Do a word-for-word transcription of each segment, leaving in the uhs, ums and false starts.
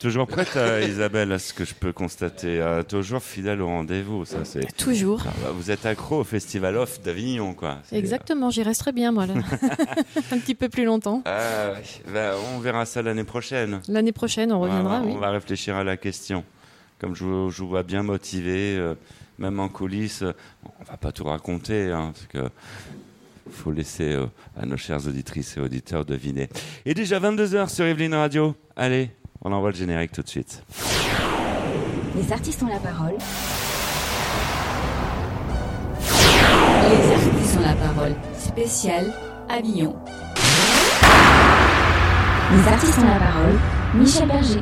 Toujours prête, euh, Isabelle, à ce que je peux constater. Euh, toujours fidèle au rendez-vous, ça c'est. Toujours. Ah, bah, vous êtes accro au Festival Off d'Avignon, quoi. C'est... Exactement, j'y resterai bien, moi, là. Un petit peu plus longtemps. Ah, ouais. bah, on verra ça l'année prochaine. L'année prochaine, on reviendra, Voilà, oui. On va réfléchir à la question. Comme je, vous- je vous vois bien motivé, euh, même en coulisses, euh, on va pas tout raconter, hein, parce que faut laisser euh, à nos chères auditrices et auditeurs deviner. Et déjà vingt-deux heures sur Yveline Radio. Allez, on envoie le générique tout de suite. Les artistes ont la parole. Les artistes ont la parole. Spécial Avignon. Les artistes ont la parole. Michel Berger.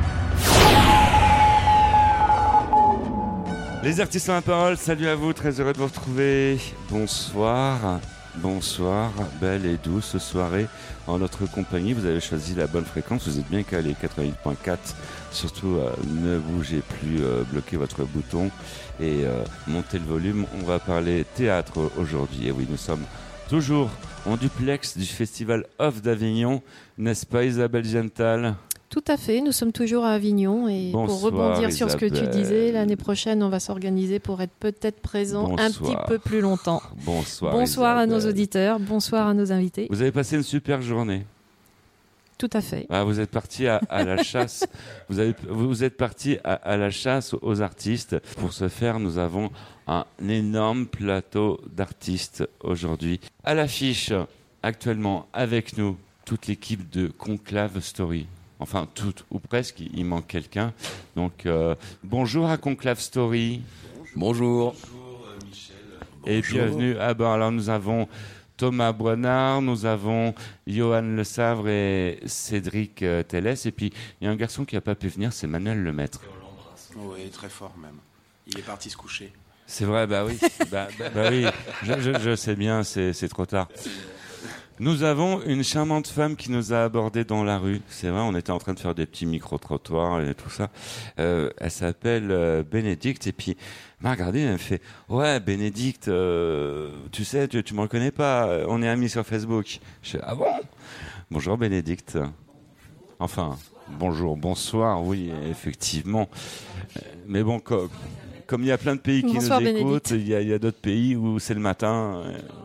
Les artistes ont la parole, salut à vous, très heureux de vous retrouver. Bonsoir, bonsoir, belle et douce soirée en notre compagnie. Vous avez choisi la bonne fréquence, vous êtes bien calé, quatre-vingt-huit virgule quatre. Surtout, euh, ne bougez plus, euh, bloquez votre bouton et euh, montez le volume. On va parler théâtre aujourd'hui. Et oui, nous sommes toujours en duplex du Festival Off d'Avignon, n'est-ce pas Isabelle Gental ? Tout à fait, nous sommes toujours à Avignon et Bonsoir, pour rebondir sur ce que tu Isabelle. disais, l'année prochaine, on va s'organiser pour être peut-être présent Bonsoir. un petit peu plus longtemps. Bonsoir. Bonsoir à nos Isabelle. auditeurs, bonsoir à nos invités. Vous avez passé une super journée. Tout à fait. Ah, vous êtes parti à, à la chasse. Vous, avez, vous êtes parti à, à la chasse aux artistes. Pour ce faire, nous avons un énorme plateau d'artistes aujourd'hui. À l'affiche, actuellement, avec nous, toute l'équipe de Conclave Story. Enfin, toute, ou presque, il manque quelqu'un. Donc, euh, bonjour à Conclave Story. Bonjour. Bonjour euh, Michel. Et Bonjour. bienvenue. Ah ben, alors, nous avons Thomas Boinard, nous avons Johan Le Savre et Cédric euh, Tellès. Et puis, il y a un garçon qui n'a pas pu venir, c'est Manuel Lemaître. Et on l'embrasse. Oui, très fort même. Il est parti se coucher. C'est vrai, bah oui. bah, bah, bah oui, je, je, je sais bien, c'est, c'est trop tard. Nous avons une charmante femme qui nous a abordés dans la rue. C'est vrai, on était en train de faire des petits micro-trottoirs et tout ça. Euh, elle s'appelle euh, Bénédicte et puis elle m'a regardé, elle me fait « Ouais, Bénédicte, euh, tu sais, tu, tu me reconnais pas, on est amis sur Facebook. » Je fais « Ah bon ?» Bonjour Bénédicte. Enfin, bonjour, bonsoir, oui, effectivement. Mais bon, co- comme il y a plein de pays qui Bonsoir, nous écoutent, Bénédicte. il y, a- il y a d'autres pays où c'est le matin.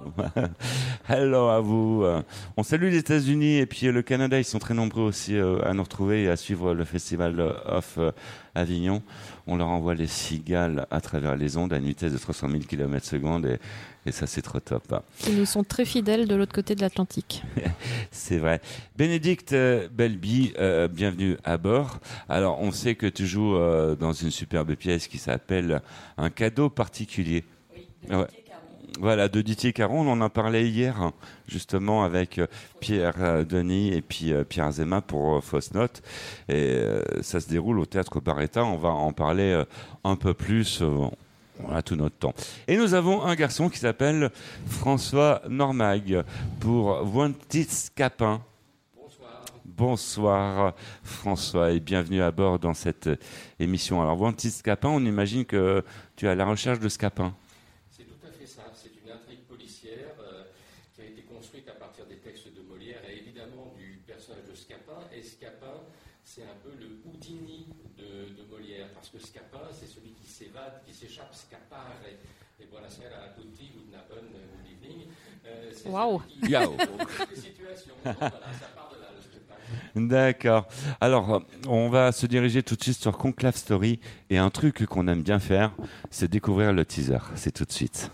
Hello à vous. On salue les États-Unis et puis le Canada. Ils sont très nombreux aussi euh, à nous retrouver et à suivre le festival euh, Off euh, Avignon. On leur envoie les cigales à travers les ondes à une vitesse de trois cent mille kilomètres secondes et, et ça, c'est trop top. Ils nous sont très fidèles de l'autre côté de l'Atlantique. C'est vrai. Bénédicte euh, Belby, euh, bienvenue à bord. Alors, on sait que tu joues euh, dans une superbe pièce qui s'appelle Un cadeau particulier. Oui, Ouais. Voilà, de Didier Caron, on en a parlé hier, hein, justement, avec euh, Pierre euh, Denis et puis euh, Pierre Zema pour euh, Fausse Note. Et euh, ça se déroule au Théâtre Barretta. On va en parler euh, un peu plus. euh, on a tout notre temps. Et nous avons un garçon qui s'appelle François Normag pour Wanted Scapin. Bonsoir. Bonsoir François et bienvenue à bord dans cette euh, émission. Alors Wanted Scapin, on imagine que tu es à la recherche de Scapin. C'est tout à fait ça. C'est une intrigue policière euh, qui a été construite à partir des textes de Molière et évidemment du personnage de Scapin. Et Scapin, c'est un peu le Houdini de, de Molière, parce que Scapin, c'est celui qui s'évade, qui s'échappe, Scapare. Et, et buonasera a tutti, good nappen, good evening. Euh, c'est Waouh. celui qui Yao. trouve des situations. Donc, voilà, ça part de là, le spectacle. D'accord. Alors, on va se diriger tout de suite sur Conclave Story. Et un truc qu'on aime bien faire, c'est découvrir le teaser. C'est tout de suite.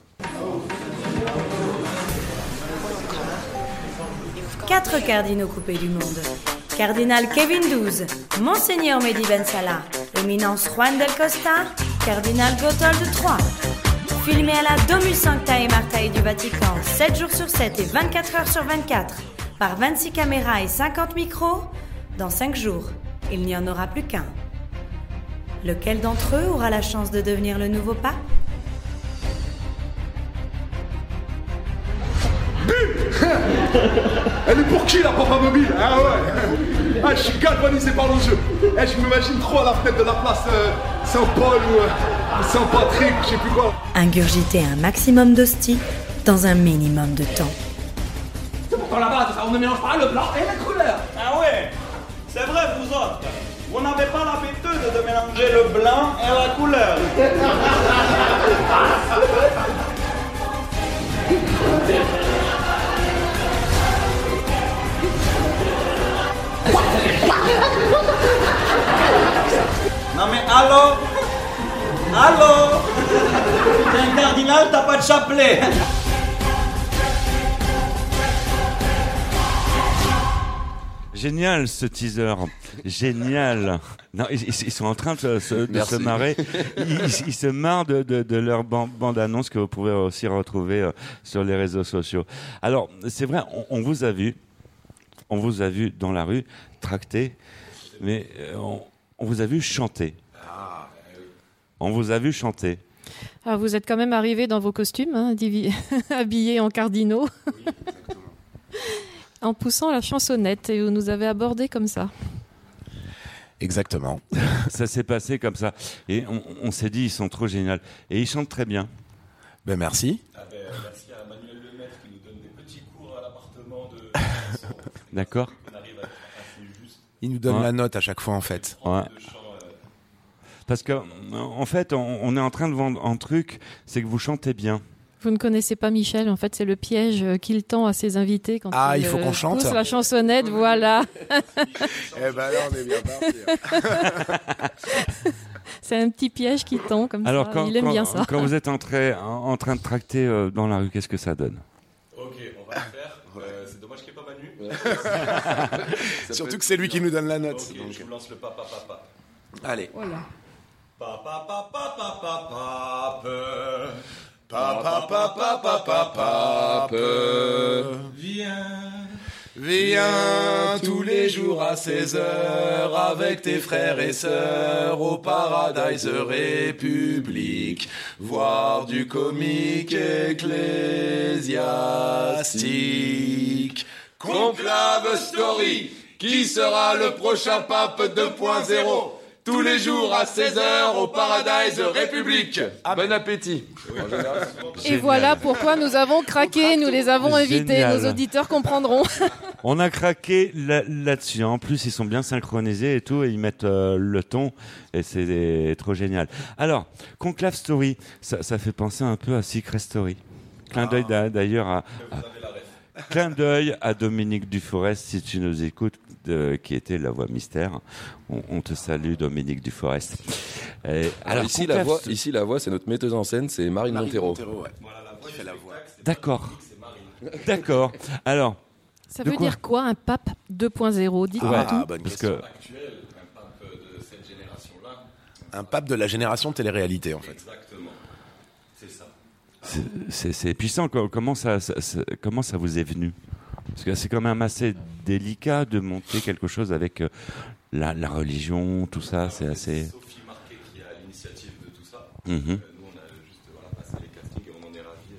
Quatre cardinaux coupés du monde. Cardinal Kevin douze, Monseigneur Mehdi Ben Salah, Éminence Juan del Costa, Cardinal Gotthold de Troyes. Filmé à la Domus Sanctae Martae du Vatican, sept jours sur sept et vingt-quatre heures sur vingt-quatre, par vingt-six caméras et cinquante micros, dans cinq jours, il n'y en aura plus qu'un. Lequel d'entre eux aura la chance de devenir le nouveau pape ? Elle est pour qui la papa mobile? Ah ouais. Ah, je suis galvanisé par l'enjeu. Eh, je m'imagine trop à la fenêtre de la place euh, Saint-Paul ou euh, Saint-Patrick, je sais plus quoi. Ingurgiter un maximum d'hosties dans un minimum de temps. C'est pourtant la base, ça on ne mélange pas le blanc et la couleur. Ah ouais, c'est vrai vous autres. Vous n'avez pas l'habitude de mélanger le blanc et la couleur. Non mais allô? Allô? T'es un cardinal, t'as pas de chapelet. Génial ce teaser, génial. Non, ils, ils sont en train de se, de se marrer. Ils, ils, ils se marrent de, de, de leur ban- bande-annonce que vous pouvez aussi retrouver euh, sur les réseaux sociaux. Alors, c'est vrai, on, on vous a vu, on vous a vu dans la rue, tracter, mais euh, on, on vous a vu chanter. On vous a vu chanter. Ah, vous êtes quand même arrivés dans vos costumes, hein, divi- habillés en cardinaux. Oui, exactement. En poussant la chansonnette, et vous nous avez abordé comme ça. Exactement. Ça s'est passé comme ça. Et on, on s'est dit, ils sont trop géniaux. Et ils chantent très bien. Ben merci. Ah ben, merci à Manuel Lemaître qui nous donne des petits cours à l'appartement de... D'accord. On arrive à assez juste. Il nous donne Ouais. la note à chaque fois en fait. Ouais. De chant, euh, Parce que, en fait, on, on est en train de vendre un truc, c'est que vous chantez bien. Vous ne connaissez pas Michel, en fait, c'est le piège qu'il tend à ses invités quand Ah, il, il faut euh, qu'on chante. pousse la chansonnette, voilà. Eh ben là, on est bien parti. C'est un petit piège qui tend comme Alors, ça. quand, Il aime quand- bien ça. quand vous êtes en, train- en, en train de tracter euh, dans la rue, qu'est-ce que ça donne? Ok, on va le faire. Euh, c'est dommage qu'il n'y ait pas Manu. Surtout que c'est lui qui nous donne la note. Ok, donc. je vous lance le papa papa. Allez. Voilà. Papa papa papa papa. Papa, papa, papa, papa, Viens. viens tous les jours à seize heures avec tes frères et sœurs au Paradise République, voir du comique ecclésiastique. Conclave Story, qui sera le prochain pape deux point zéro? Tous les jours à seize heures au Paradise République. Bon appétit. Et voilà pourquoi nous avons craqué, nous les avons invités, Génial. nos auditeurs comprendront. On a craqué là- là-dessus. En plus, ils sont bien synchronisés et tout, et ils mettent euh, le ton, et c'est trop génial. Alors, Conclave Story, ça, ça fait penser un peu à Secret Story. Clin d'œil d'a- d'ailleurs à, à- clin d'œil à Dominique Duforest, si tu nous écoutes, de- qui était la voix mystère. On, on te salue, Dominique Duforest. Et, Alors, ici, la Conclave voix, Sto- ici, la voix, c'est notre metteuse en scène, c'est Marine, Marine Montero. Montero, ouais. Qui fait la voix. D'accord. D'accord. Alors, Ça De veut quoi dire quoi un pape deux point zéro? Dites-moi Ouais. tout. Ah, bonne parce question. que Actuel, un pape de cette génération-là. Un pape de la génération télé-réalité en fait. Exactement. C'est ça. c'est- c'est c'est puissant. Co- Comment ça, ça- ça- comment ça vous est venu? Parce que c'est quand même assez délicat de monter quelque chose avec euh, la, la religion, tout ça. C'est assez. Sophie Marquet qui est à l'initiative de tout ça. Mhm. Euh, nous, on a juste voilà, passé les castings et on en est ravis.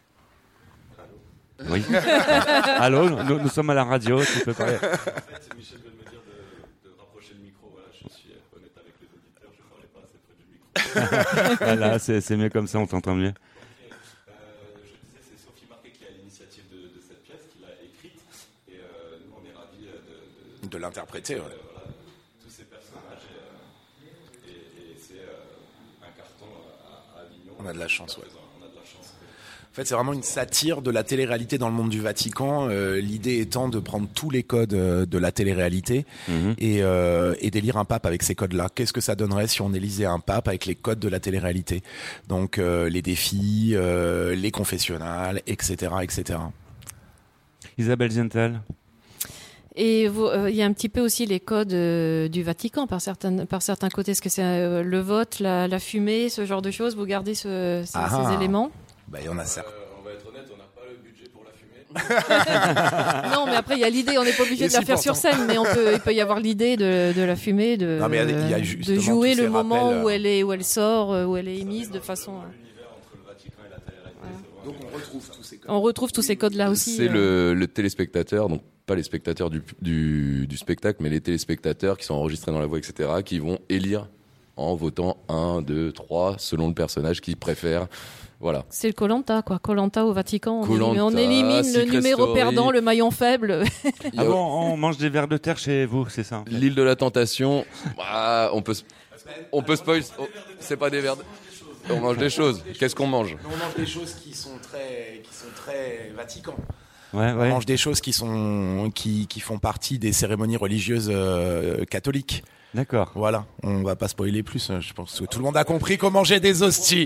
euh. Allô? Oui. Allô, nous, nous sommes à la radio. Tu peux parler. En fait, Michel vient de me dire de, de rapprocher le micro. Voilà, je suis euh, honnête avec les auditeurs, je ne parlais pas assez près du micro. Voilà, c'est c'est mieux comme ça, on t'entend mieux. Euh, je disais, c'est Sophie Marquet qui est à l'initiative de, de cette pièce, qui l'a écrite. Et euh, nous, on est ravis euh, de, de, De l'interpréter, ouais. euh, voilà, tous ces personnages. Et, euh, et, et c'est euh, un carton à, à Avignon. On a de la chance, ouais. On a de la chance. En fait, c'est vraiment une satire de la télé-réalité dans le monde du Vatican. Euh, l'idée étant de prendre tous les codes euh, de la télé-réalité Mhm. et, euh, et d'élire un pape avec ces codes-là. Qu'est-ce que ça donnerait si on élisait un pape avec les codes de la télé-réalité? Donc euh, les défis, euh, les confessionnals, et cetera, et cetera. Isabelle Zental. Et vous, euh, il y a un petit peu aussi les codes euh, du Vatican par certains, par certains côtés. Est-ce que c'est euh, le vote, la, la fumée, ce genre de choses? Vous gardez ce- ces, Ah ces ah. éléments? Bah, il y en a certes. Euh, on va être honnête, on n'a pas le budget pour la fumée. Non, mais après, il y a l'idée, on n'est pas obligé Et de la si, faire sur pourtant. scène, mais on peut, il peut y avoir l'idée de, de la fumée, de, Non, mais il y a- il y a de justement jouer tous le ces moment rappels, où, euh, elle est, où elle sort, euh, où elle est émise de façon... euh, L'univers entre le Vatican et la télé-réalité. c'est Donc vraiment- on retrouve tous ces codes. On retrouve tous ces codes-là aussi. C'est euh. le, le téléspectateur, donc pas les spectateurs du, du, du spectacle, mais les téléspectateurs qui sont enregistrés dans la voix, et cetera, qui vont élire en votant un, deux, trois, selon le personnage qu'ils préfèrent. Voilà. C'est le Koh-Lanta, quoi. Koh-Lanta au Vatican. On, Koh-Lanta, élimine, on élimine le Secret numéro Story. perdant, le maillon faible. Ah bon, on mange des vers de terre chez vous, c'est ça en fait. L'île de la Tentation, ah, on peut, on peut spoil. Oh, c'est pas des vers. De... On mange des choses. Qu'est-ce qu'on mange? On mange des choses qui sont très, qui sont très Vatican. Ouais, On ouais. mange des choses qui sont, qui, qui font partie des cérémonies religieuses euh, catholiques. D'accord. Voilà, on va pas spoiler plus. Je pense que tout le monde a compris qu'on mangeait des hosties.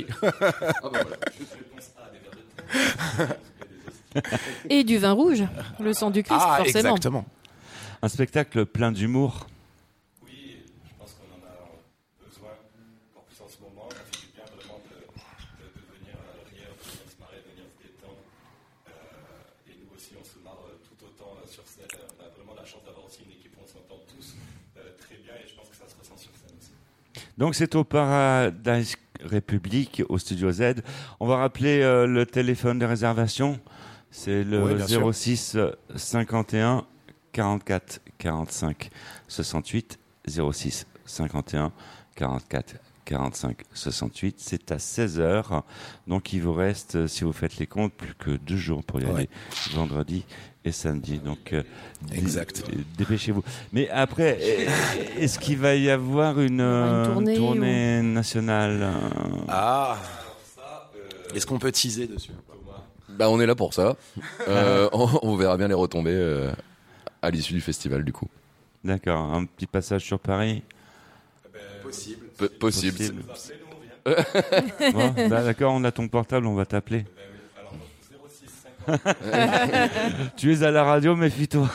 Et du vin rouge, le sang du Christ, Ah, forcément. exactement. Un spectacle plein d'humour. Oui, je pense qu'on en a besoin, encore plus en ce moment. Ça fait du bien vraiment de, de, de venir rire, de venir se marrer, de venir se détendre. Euh, et nous aussi, on se marre tout autant euh, sur scène. On a vraiment la chance d'avoir aussi une équipe où on s'entend tous euh, très bien et je pense que ça se ressent sur scène aussi. Donc c'est au Paradise République, au Studio Z. On va rappeler euh, le téléphone de réservation. C'est le Oui, bien sûr. zéro six cinquante et un quarante-quatre quarante-cinq soixante-huit. zéro six cinquante et un quarante-quatre quarante-cinq soixante-huit. C'est à seize heures. Donc il vous reste, si vous faites les comptes, plus que deux jours pour y Ouais. aller. Vendredi et samedi. Donc euh, Exact. dé- dépêchez-vous. Mais après, est-ce qu'il va y avoir une, Une tournée tournée nationale euh, Ah. Est-ce qu'on peut teaser dessus? Bah, on est là pour ça. Euh, on, on verra bien les retombées euh, à l'issue du festival, du coup. D'accord, un petit passage sur Paris. Possible. P- possible. Possible. Bon, bah, d'accord, on a ton portable, on va t'appeler. Tu es à la radio, méfie-toi.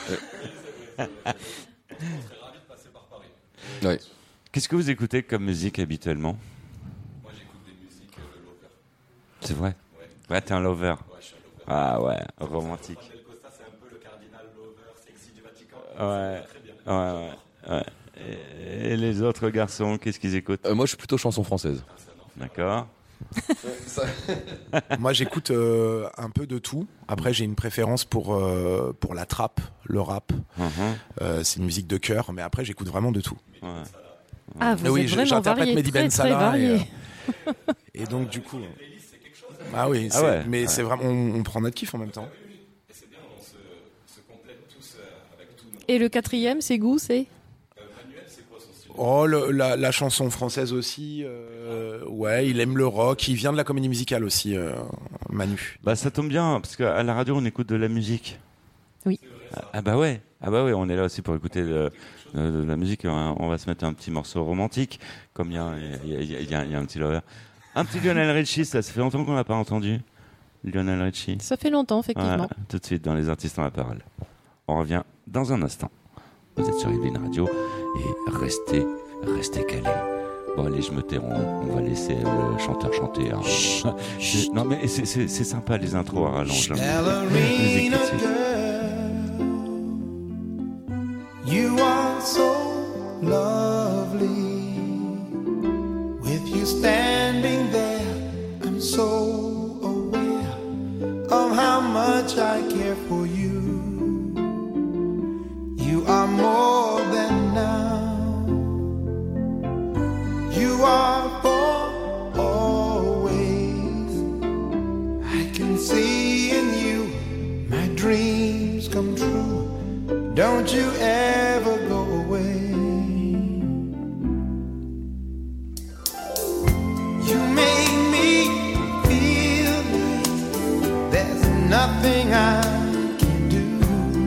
Ouais. Qu'est-ce que vous écoutez comme musique habituellement? Moi, j'écoute des musiques euh, lover. C'est vrai? Ouais, t'es un lover. Ouais, je suis un lover. Ah ouais, romantique. Juan del Costa, c'est un peu le cardinal lover sexy du Vatican. Ouais, Très bien. ouais, ouais. ouais. Et, et les autres garçons, qu'est-ce qu'ils écoutent? Euh, moi, je suis plutôt chanson française. D'accord. Moi, j'écoute euh, un peu de tout. Après, j'ai une préférence pour, euh, pour la trappe, le rap. Mhm. Euh, c'est une musique de cœur, mais après, j'écoute vraiment de tout. Ouais. Ah, vous Mais oui, êtes je- vraiment j'interprète varié, Mehdi très, Ben très Salah. Et, varié. euh, et donc, du coup. Ah oui, Ah c'est- ouais, mais ouais. c'est vraiment. On, on prend notre kiff en même temps. Et c'est bien, on se, se complète tous euh, avec tout. Et le quatrième, c'est goût, c'est Euh, Manuel, c'est quoi son style? Oh, le- la, la chanson française aussi. euh, ouais, il aime le rock. Il vient de la comédie musicale aussi, euh, Manu. Bah ça tombe bien, parce qu'à la radio, on écoute de la musique. Oui. Ah, ah bah ouais, ah bah ouais, on est là aussi pour écouter de, de- de la musique. On on va se mettre un petit morceau romantique, comme il y a, il y a- il y a- il y a- il y a un petit lover. Un petit Lionel Richie, ça, ça fait longtemps qu'on l'a pas entendu. Lionel Richie. Ça fait longtemps, effectivement. Ouais, tout de suite dans les artistes ont la parole. On revient dans un instant. Vous êtes sur Yveline Radio et restez, restez calés. Bon allez, je me tais, on, on va laisser le chanteur chanter. Hein. C'est- non mais c'est, c'est, c'est sympa les intros à rallonge. hein. Musique tout de suite. You are so lovely. With you standing there, I'm so aware of how much I care for you. You are more than now. You are for always. I can see in you my dreams come true. Don't you ever go away. You make me feel like there's nothing I can do.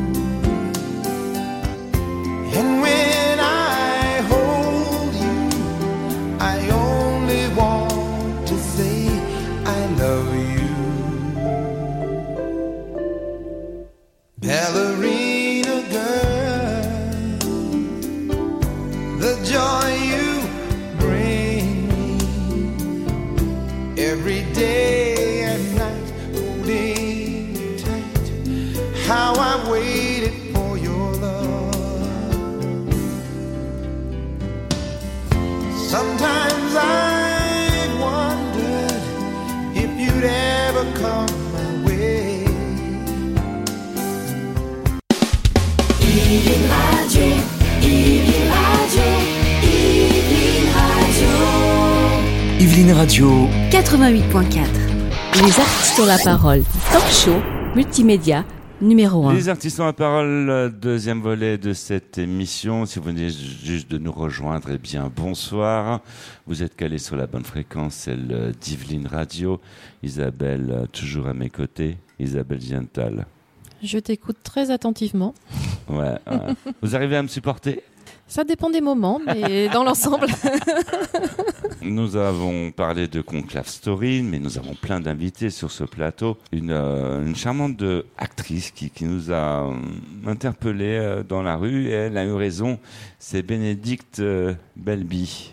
And when I hold you, I only want to say I love you. Ballerina girl, the joy you bring me every day and night, holding me tight. How I waited for your love. Sometimes I've wondered if you'd ever come my way. Yveline Radio, Yveline Radio, Yveline Radio. Yveline Radio quatre-vingt-huit point quatre. Les artistes ont la parole. Talk show, multimédia, numéro un. Les artistes ont la parole, deuxième volet de cette émission. Si vous venez juste de nous rejoindre, eh bien, bonsoir. Vous êtes calés sur la bonne fréquence, c'est le d'Yveline Radio. Isabelle, toujours à mes côtés. Isabelle Ziental. Je t'écoute très attentivement. Ouais. ouais. Vous arrivez à me supporter ? Ça dépend des moments, mais dans l'ensemble. Nous avons parlé de Conclave Story, mais nous avons plein d'invités sur ce plateau. Une, euh, une charmante de actrice qui, qui nous a euh, interpellés euh, dans la rue, et elle a eu raison. C'est Bénédicte euh, Belby.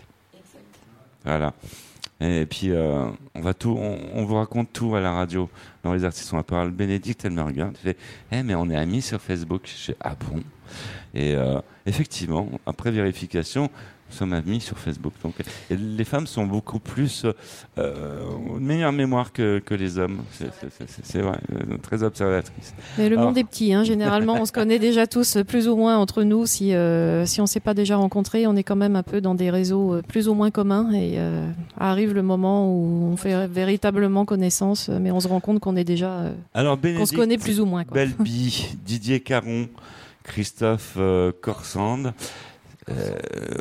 Voilà. Et puis, euh, on, va tout, on, on vous raconte tout à la radio. Dans les artistes, on va parler. Bénédicte, elle me regarde. Elle fait hey, mais on est amis sur Facebook. Je dis ah bon ? Et euh, effectivement, après vérification, nous sommes amis sur Facebook. Donc, et les femmes sont beaucoup plus euh, meilleure mémoire que, que les hommes. C'est, c'est, c'est, c'est vrai, euh, très observatrice. Mais le Alors... monde est petit, hein. Généralement, on se connaît déjà tous plus ou moins entre nous. Si, euh, si on ne s'est pas déjà rencontrés, on est quand même un peu dans des réseaux plus ou moins communs. Et euh, arrive le moment où on fait véritablement connaissance, mais on se rend compte qu'on est déjà, euh, Alors, qu'on se connaît plus ou moins. Quoi. Belby, Didier Caron, Christophe euh, Corsand. Euh,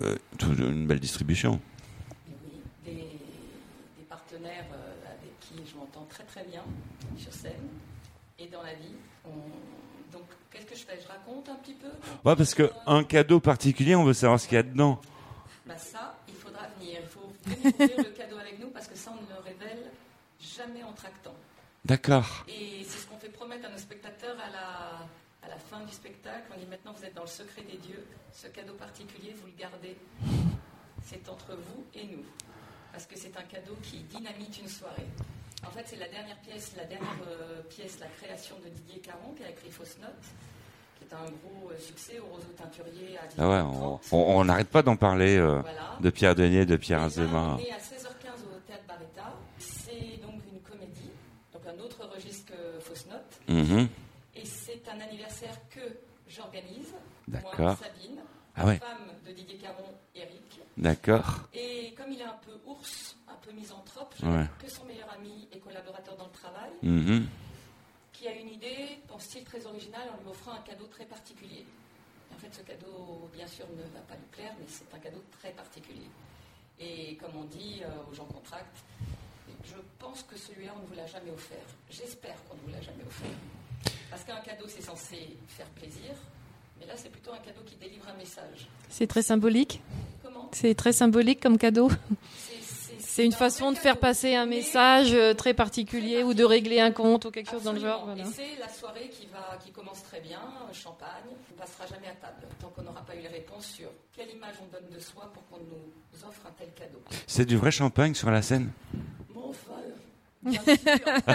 une belle distribution. Oui, des, des partenaires euh, avec qui je m'entends très très bien sur scène et dans la vie. On... Donc, qu'est-ce que je fais ? Je raconte un petit peu ? Ouais, parce qu'un cadeau particulier, on veut savoir ce qu'il y a dedans. Bah ça, il faudra venir. Il faut venir ouvrir le cadeau avec nous parce que ça, on ne le révèle jamais en tractant. D'accord. Et c'est ce qu'on fait promettre à nos spectateurs à la... à la fin du spectacle. On dit maintenant vous êtes dans le secret des dieux. Ce cadeau particulier, vous le gardez. C'est entre vous et nous. Parce que c'est un cadeau qui dynamite une soirée. En fait, c'est la dernière pièce, la dernière euh, pièce, la création de Didier Caron, qui a écrit Fausse Note, qui est un gros euh, succès au Roseau Teinturier à ah ouais, on n'arrête pas d'en parler euh, voilà. de Pierre Denier, de Pierre Azéma. On est à seize heures quinze au Théâtre Barretta. C'est donc une comédie, donc un autre registre que Fausse Note. Mm-hmm. Et c'est un anniversaire que j'organise. D'accord. Moi, Sabine, ah ouais. femme de Didier Caron, Eric. D'accord. Et comme il est un peu ours, un peu misanthrope, je ouais. que son meilleur ami et collaborateur dans le travail, mm-hmm. qui a une idée, en style très original, en lui offrant un cadeau très particulier. Et en fait, ce cadeau, bien sûr, ne va pas lui plaire, mais c'est un cadeau très particulier. Et comme on dit euh, aux gens contractent, je pense que celui-là, on ne vous l'a jamais offert. J'espère qu'on ne vous l'a jamais offert. Parce qu'un cadeau, c'est censé faire plaisir, mais là, c'est plutôt un cadeau qui délivre un message. C'est très symbolique. Comment ? C'est très symbolique comme cadeau. C'est, c'est, c'est, c'est une façon de faire passer un message très particulier très ou de régler un compte ou quelque Absolument. chose dans le genre. Voilà. Et c'est la soirée qui, va, qui commence très bien, champagne. On ne passera jamais à table tant qu'on n'aura pas eu les réponses sur quelle image on donne de soi pour qu'on nous offre un tel cadeau. C'est du vrai champagne sur la scène ? Bon, enfin, bien sûr. Tout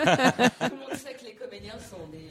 le monde sait que les comédiens sont des...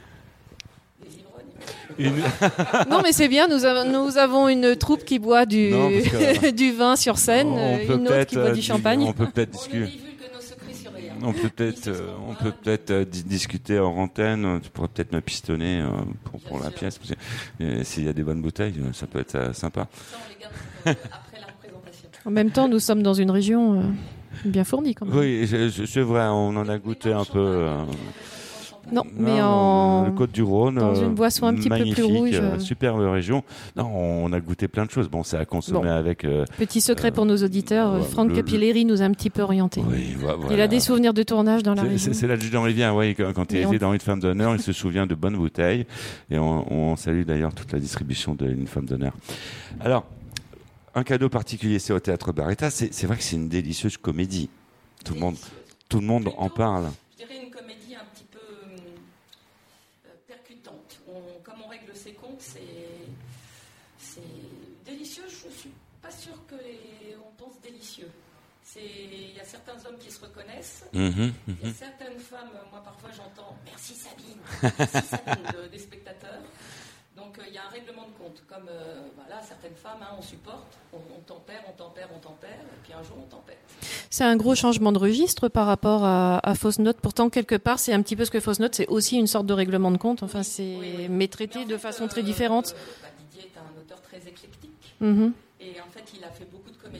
Une... non mais c'est bien, nous, a, nous avons une troupe qui boit du, non, que, du vin sur scène, une autre qui boit du champagne. On peut peut-être discuter. On peut peut-être, euh, on peut peut-être euh, discuter en antenne. Tu pourrais peut-être me pistonner euh, pour, pour la pièce. Parce que, euh, s'il y a des bonnes bouteilles, ça peut être euh, sympa. Ça, on les garde euh, après la représentation. En même temps, nous sommes dans une région euh, bien fournie quand même. Oui, c'est vrai, on en a goûté un peu. Euh, Non, mais en le Côte du Rhône, dans une boisson un petit peu plus rouge. Euh, superbe région. Non, on a goûté plein de choses. Bon, c'est à consommer bon. avec. Euh, Petit secret euh, pour nos auditeurs, euh, Franck Capilleri nous a un petit peu orientés. Oui, voilà. Il a des souvenirs de tournage dans la c'est, région. C'est, c'est l'adjudant Rivien, oui, quand, quand il était on... dans Une femme d'honneur, il se souvient de bonnes bouteilles. Et on, on salue d'ailleurs toute la distribution de Une femme d'honneur. Alors, un cadeau particulier, c'est au Théâtre Barretta. C'est, c'est vrai que c'est une délicieuse comédie. Tout le monde, tout le monde Plutôt, en parle. Je dirais une comédie un petit peu euh, percutante. On, comme on règle ses comptes, c'est, c'est délicieux. Je ne suis pas sûre que les, on pense délicieux. Il y a certains hommes qui se reconnaissent. Il mmh, mmh. y a certaines femmes, moi parfois j'entends « Merci Sabine », merci Sabine de, des spectateurs. Donc il euh, y a un règlement de compte. Comme euh, voilà, certaines femmes, hein, on supporte, on, on tempère, on tempère, on tempère, et puis un jour on tempère. C'est un gros changement de registre par rapport à, à Fausse Note. Pourtant, quelque part, c'est un petit peu ce que Fausse Note, c'est aussi une sorte de règlement de compte. Enfin, c'est oui, oui. mais traité mais de fait, façon euh, très différente. Euh, bah, Didier est un auteur très éclectique. Mm-hmm. Et en fait, il a fait beaucoup de comédies. Et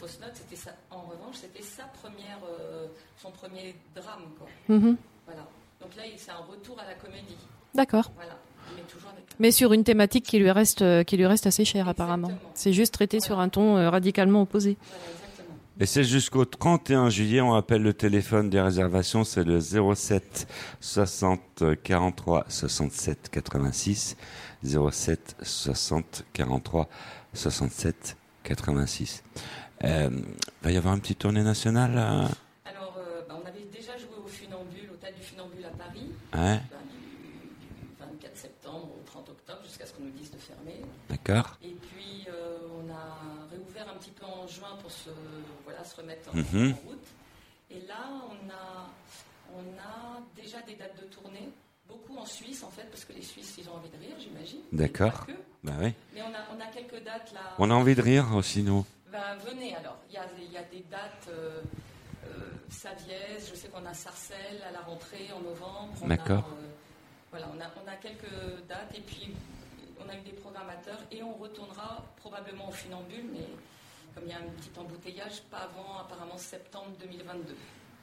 fausses notes, c'était ça. En revanche, c'était sa première, euh, son premier drame, quoi. Mm-hmm. Voilà. Donc là, c'est un retour à la comédie. D'accord. Voilà. Mais toujours avec... Mais sur une thématique qui lui reste, euh, qui lui reste assez chère, apparemment. C'est juste traité voilà. sur un ton euh, radicalement opposé. Voilà, exactement. Et c'est jusqu'au trente et un juillet, on appelle le téléphone des réservations, c'est le zéro sept soixante quarante-trois soixante-sept quatre-vingt-six. zéro sept soixante quarante-trois soixante-sept quatre-vingt-six. Euh, va y avoir une petite tournée nationale là. Alors, euh, bah, on avait déjà joué au Funambule, au Théâtre du Funambule à Paris, ouais. bah, du, du vingt-quatre septembre au trente octobre, jusqu'à ce qu'on nous dise de fermer. D'accord. Et puis, euh, on a réouvert un petit peu en juin pour se, voilà, se remettre en, mm-hmm. en route. Et là, on a, on a déjà des dates de tournée. Beaucoup en Suisse, en fait, parce que les Suisses, ils ont envie de rire, j'imagine. D'accord. Bah oui. Mais on a, on a quelques dates là. On a envie de rire aussi, nous. Ben, venez alors. Il y a, il y a des dates euh, euh, Savièse, je sais qu'on a Sarcelles à la rentrée en novembre. On D'accord. A, euh, voilà, on a, on a quelques dates et puis on a eu des programmateurs et on retournera probablement au Funambule, mais comme il y a un petit embouteillage, pas avant apparemment septembre deux mille vingt-deux.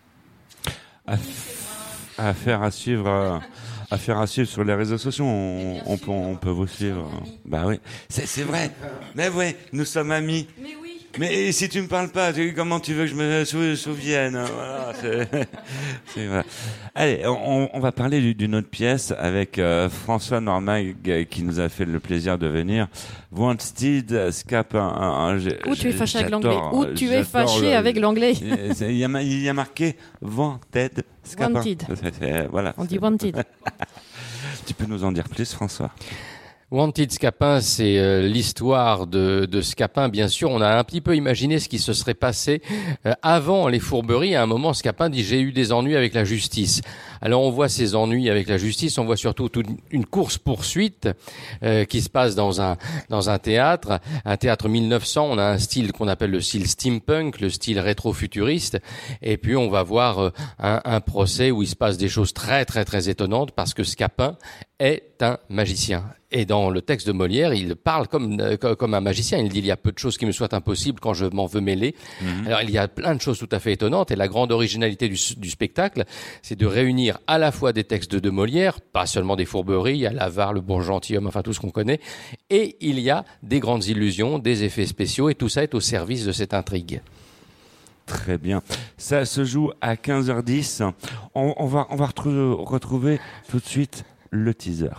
Affaire à suivre, euh, affaire à suivre sur les réseaux sociaux. On, on, peut, on peut vous suivre. Bah oui, c'est, c'est vrai. Mais oui, nous sommes amis. Mais oui. Mais si tu me parles pas, comment tu veux que je me sou- souvienne voilà, c'est, c'est vrai. Allez, on, on va parler d'une autre pièce avec euh, François Normag qui nous a fait le plaisir de venir. Wanted, Scapin. Un, un, Ou tu es fâché avec l'anglais. Ou tu es fâché le, avec l'anglais. Il y a, il y a marqué Wanted, Scapin. Wanted. C'est, c'est, voilà. On dit Wanted. Tu peux nous en dire plus, François ? Wanted Scapin, c'est euh, l'histoire de, de Scapin. Bien sûr, on a un petit peu imaginé ce qui se serait passé euh, avant les fourberies. À un moment, Scapin dit « j'ai eu des ennuis avec la justice ». Alors, on voit ces ennuis avec la justice. On voit surtout toute une course-poursuite euh, qui se passe dans un dans un théâtre, un théâtre mille neuf cents. On a un style qu'on appelle le style steampunk, le style rétro-futuriste. Et puis, on va voir euh, un, un procès où il se passe des choses très, très, très étonnantes parce que Scapin est un magicien. Et dans le texte de Molière, il parle comme comme un magicien. Il dit il y a peu de choses qui me soient impossibles quand je m'en veux mêler. Mmh. Alors il y a plein de choses tout à fait étonnantes. Et la grande originalité du, du spectacle, c'est de réunir à la fois des textes de, de Molière, pas seulement des fourberies, il y a l'avare, le bon gentilhomme, enfin tout ce qu'on connaît, et il y a des grandes illusions, des effets spéciaux, et tout ça est au service de cette intrigue. Très bien. Ça se joue à quinze heures dix. On, on va on va retrouver, retrouver tout de suite le teaser.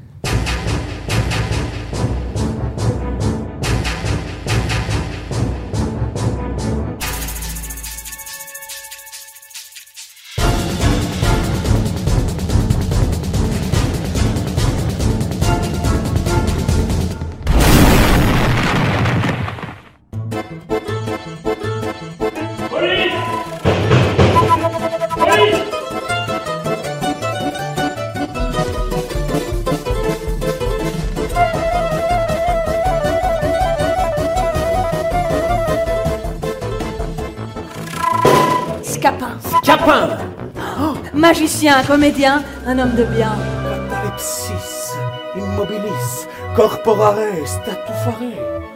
Scapin. Scapin oh, magicien, comédien, un homme de bien. Catalepsis, immobilis, corporare, statufare.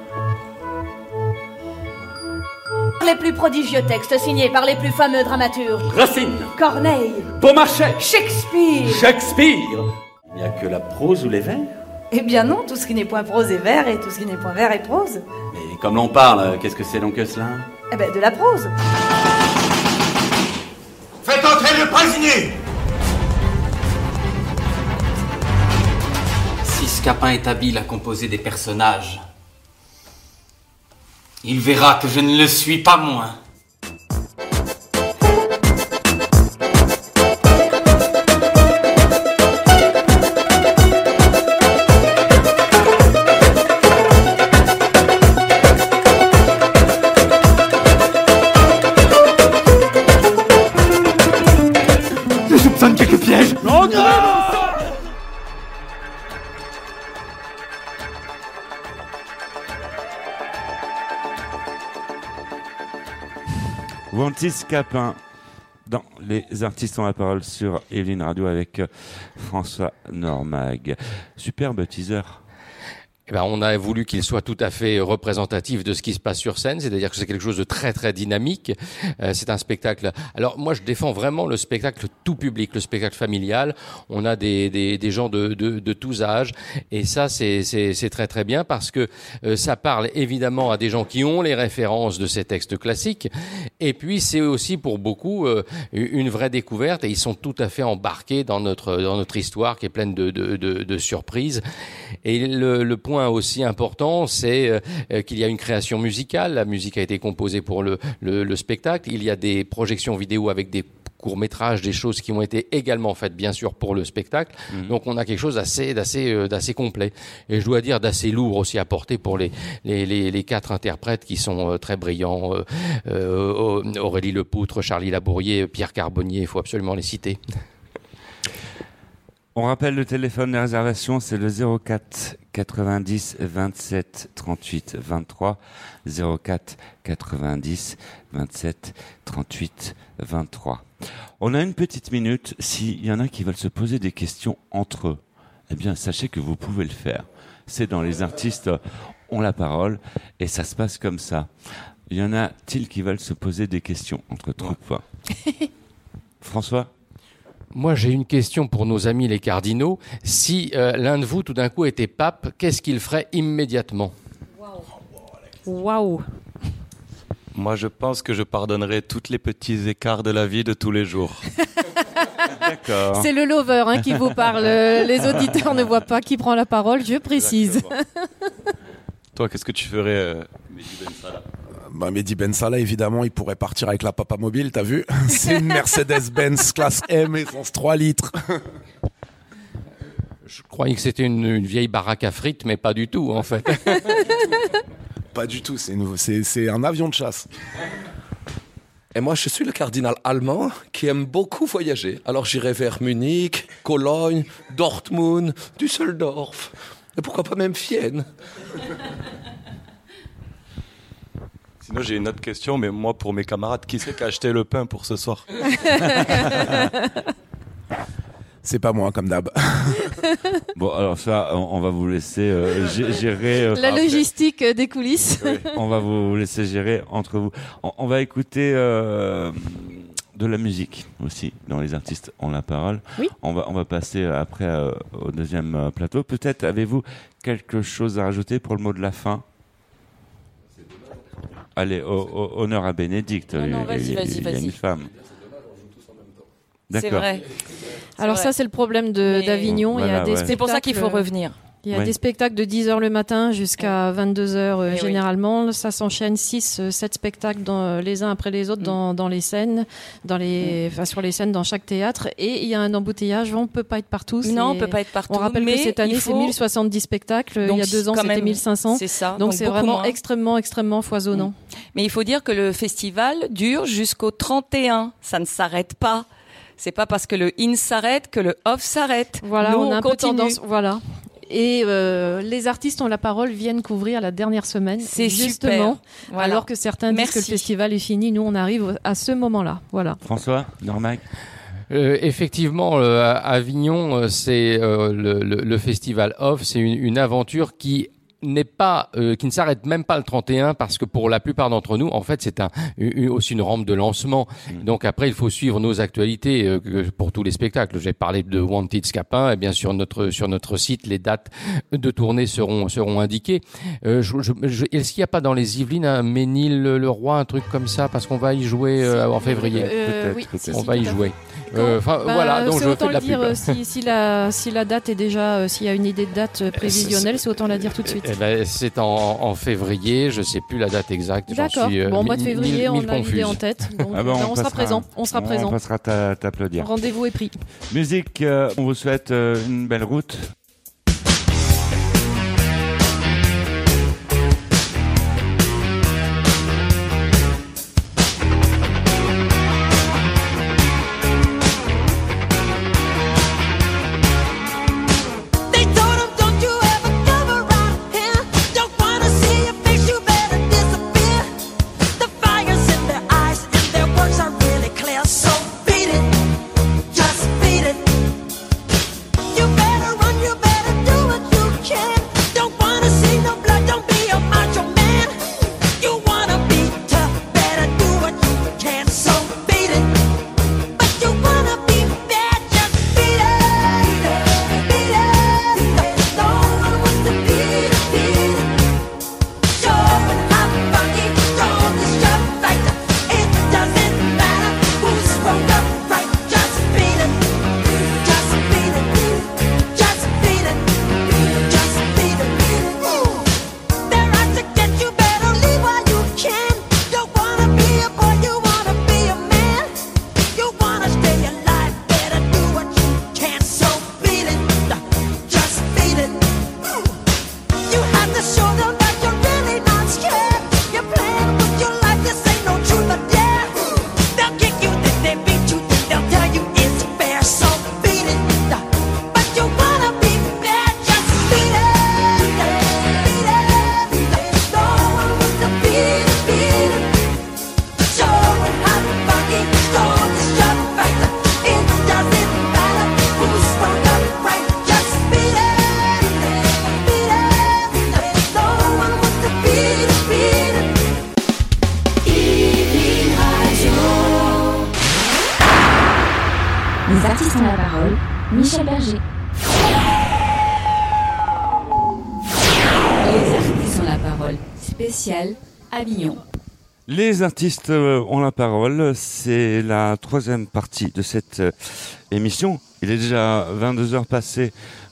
Les plus prodigieux textes signés par les plus fameux dramaturges. Racine. Corneille. Beaumarchais. Shakespeare. Shakespeare. Il n'y a que la prose ou les vers? Eh bien non, tout ce qui n'est point prose est vers et tout ce qui n'est point vers est prose. Mais comme l'on parle, qu'est-ce que c'est donc que cela? Eh ben de la prose. Faites entrer le prisonnier! Si Scapin est habile à composer des personnages, il verra que je ne le suis pas moins. Je soupçonne quelques pièges! Non, non. Wanted Scapin dans Les artistes ont la parole sur Eveline Radio avec François Normag. Superbe teaser. Eh ben, on a voulu qu'il soit tout à fait représentatif de ce qui se passe sur scène, c'est-à-dire que c'est quelque chose de très très dynamique. Euh, c'est un spectacle. Alors moi, je défends vraiment le spectacle tout public, le spectacle familial. On a des des, des gens de, de de tous âges, et ça c'est c'est c'est très très bien parce que euh, ça parle évidemment à des gens qui ont les références de ces textes classiques, et puis c'est aussi pour beaucoup euh, une vraie découverte, et ils sont tout à fait embarqués dans notre dans notre histoire qui est pleine de de de, de surprises. Et le, le point aussi important, c'est euh, qu'il y a une création musicale. La musique a été composée pour le, le, le spectacle. Il y a des projections vidéo avec des courts-métrages, des choses qui ont été également faites, bien sûr, pour le spectacle. Mmh. Donc, on a quelque chose d'assez, d'assez, euh, d'assez complet. Et je dois dire d'assez lourd aussi à porter pour les, les, les, les quatre interprètes qui sont euh, très brillants. Euh, euh, Aurélie Lepoutre, Charlie Labourier, Pierre Carbonnier, il faut absolument les citer. On rappelle le téléphone de réservation, c'est le zéro quatre quatre-vingt-dix vingt-sept trente-huit vingt-trois, zéro quatre quatre-vingt-dix vingt-sept trente-huit vingt-trois. On a une petite minute. S'il y en a qui veulent se poser des questions entre eux, eh bien, sachez que vous pouvez le faire. C'est dans Les Artistes ont la parole, et ça se passe comme ça. Il y en a-t-il qui veulent se poser des questions entre troupes? François? Moi, j'ai une question pour nos amis les cardinaux. Si euh, l'un de vous, tout d'un coup, était pape, qu'est-ce qu'il ferait immédiatement? Waouh! Moi, je pense que je pardonnerais tous les petits écarts de la vie de tous les jours. D'accord. C'est le lover hein, qui vous parle. Les auditeurs ne voient pas qui prend la parole, je précise. Toi, qu'est-ce que tu ferais, euh, Mehdi Ben Salah? Bah, Mehdi Ben Salah, évidemment, il pourrait partir avec la Papa Mobile, t'as vu? C'est une Mercedes-Benz classe M, essence trois litres. Je croyais que c'était une, une vieille baraque à frites, mais pas du tout, en fait. Pas du tout, c'est, une, c'est, c'est un avion de chasse. Et moi, je suis le cardinal allemand qui aime beaucoup voyager. Alors j'irai vers Munich, Cologne, Dortmund, Düsseldorf, et pourquoi pas même Vienne. Sinon, j'ai une autre question, mais moi, pour mes camarades, qui c'est qui a acheté le pain pour ce soir? C'est pas moi, comme d'hab. Bon, alors ça, on, on va vous laisser euh, g- gérer... Euh, La après. logistique euh, des coulisses. Oui, on va vous laisser gérer entre vous. On, on va écouter euh, de la musique aussi, dans Les Artistes ont la parole. Oui. On va, on va passer après euh, au deuxième euh, plateau. Peut-être avez-vous quelque chose à rajouter pour le mot de la fin? Allez, au, au, honneur à Bénédicte. Non, non, il, vas-y, il, vas-y, il y a vas-y. une femme. C'est D'accord. vrai. Alors C'est ça, vrai. c'est le problème de, Mais- d'Avignon. Voilà, il y a des ouais. spectacles, C'est pour ça qu'il faut revenir. Il y a Ouais. des spectacles de dix heures le matin jusqu'à vingt-deux heures euh, Eh oui. généralement. Ça s'enchaîne six, sept spectacles dans, euh, les uns après les autres Mm. dans, dans les scènes, dans les, enfin, sur les scènes dans chaque théâtre. Et il y a un embouteillage. On ne peut pas être partout. Non, on C'est- peut pas être partout. On rappelle mais que cette année, il c'est faut- mille soixante-dix spectacles. Donc, il y a deux ans, quand c'était même, mille cinq cents. C'est ça. Donc c'est beaucoup vraiment moins. extrêmement, extrêmement foisonnant. Mais il faut dire que le festival dure jusqu'au trente et un. Ça ne s'arrête pas. C'est pas parce que le in s'arrête que le off s'arrête. Voilà, Nous, on a un peu continue. tendance. Voilà. Et euh, les artistes ont la parole viennent couvrir la dernière semaine. C'est justement. super. Voilà. Alors que certains disent que le Merci. festival est fini, nous on arrive à ce moment-là. Voilà. François, Normac. Euh, effectivement, euh, à Avignon, euh, c'est euh, le, le, le festival off, c'est une, une aventure qui n'est pas, euh, qui ne s'arrête même pas le trente et un parce que pour la plupart d'entre nous, en fait, c'est un, une- aussi une rampe de lancement. Mmh. Donc après, il faut suivre nos actualités euh, que- pour tous les spectacles. J'ai parlé de Wanted Scapin, et bien sûr notre sur notre site, les dates de tournée seront seront indiquées. Euh, je, je, je- est-ce qu'il n'y a pas dans les Yvelines un Ménil-le-Roi, un truc comme ça, parce qu'on va y jouer euh, en février. Euh, Peut-être, oui, peut-être. si, On si, va y tout à fait. jouer. Euh, Enfin Bah, voilà, donc c'est je autant fais de la le dire pub. euh, si, si la si la date est déjà euh, s'il y a une idée de date euh, prévisionnelle, c'est autant la dire tout de suite. Eh ben, c'est en, en février, je sais plus la date exacte. j'en D'accord. suis, euh, Bon, au mois de mille- février, mille- on mille a l'idée confuses. en tête. Donc, Ah ben, euh, on on, sera passera- présent. On sera présent. On passera t'a- t'applaudir. Rendez-vous est pris. Musique, euh, on vous souhaite euh, une belle route. They told him, don't you ever come around here. Don't wanna see your face, you better disappear. The fire's in their eyes and their words are really clear. So beat it, just beat it. You better run, you Les artistes ont la parole. Michel Berger. Les artistes ont la parole. Spécial Avignon. Les artistes ont la parole, c'est la troisième partie de cette euh, émission. Il est déjà vingt-deux heures passées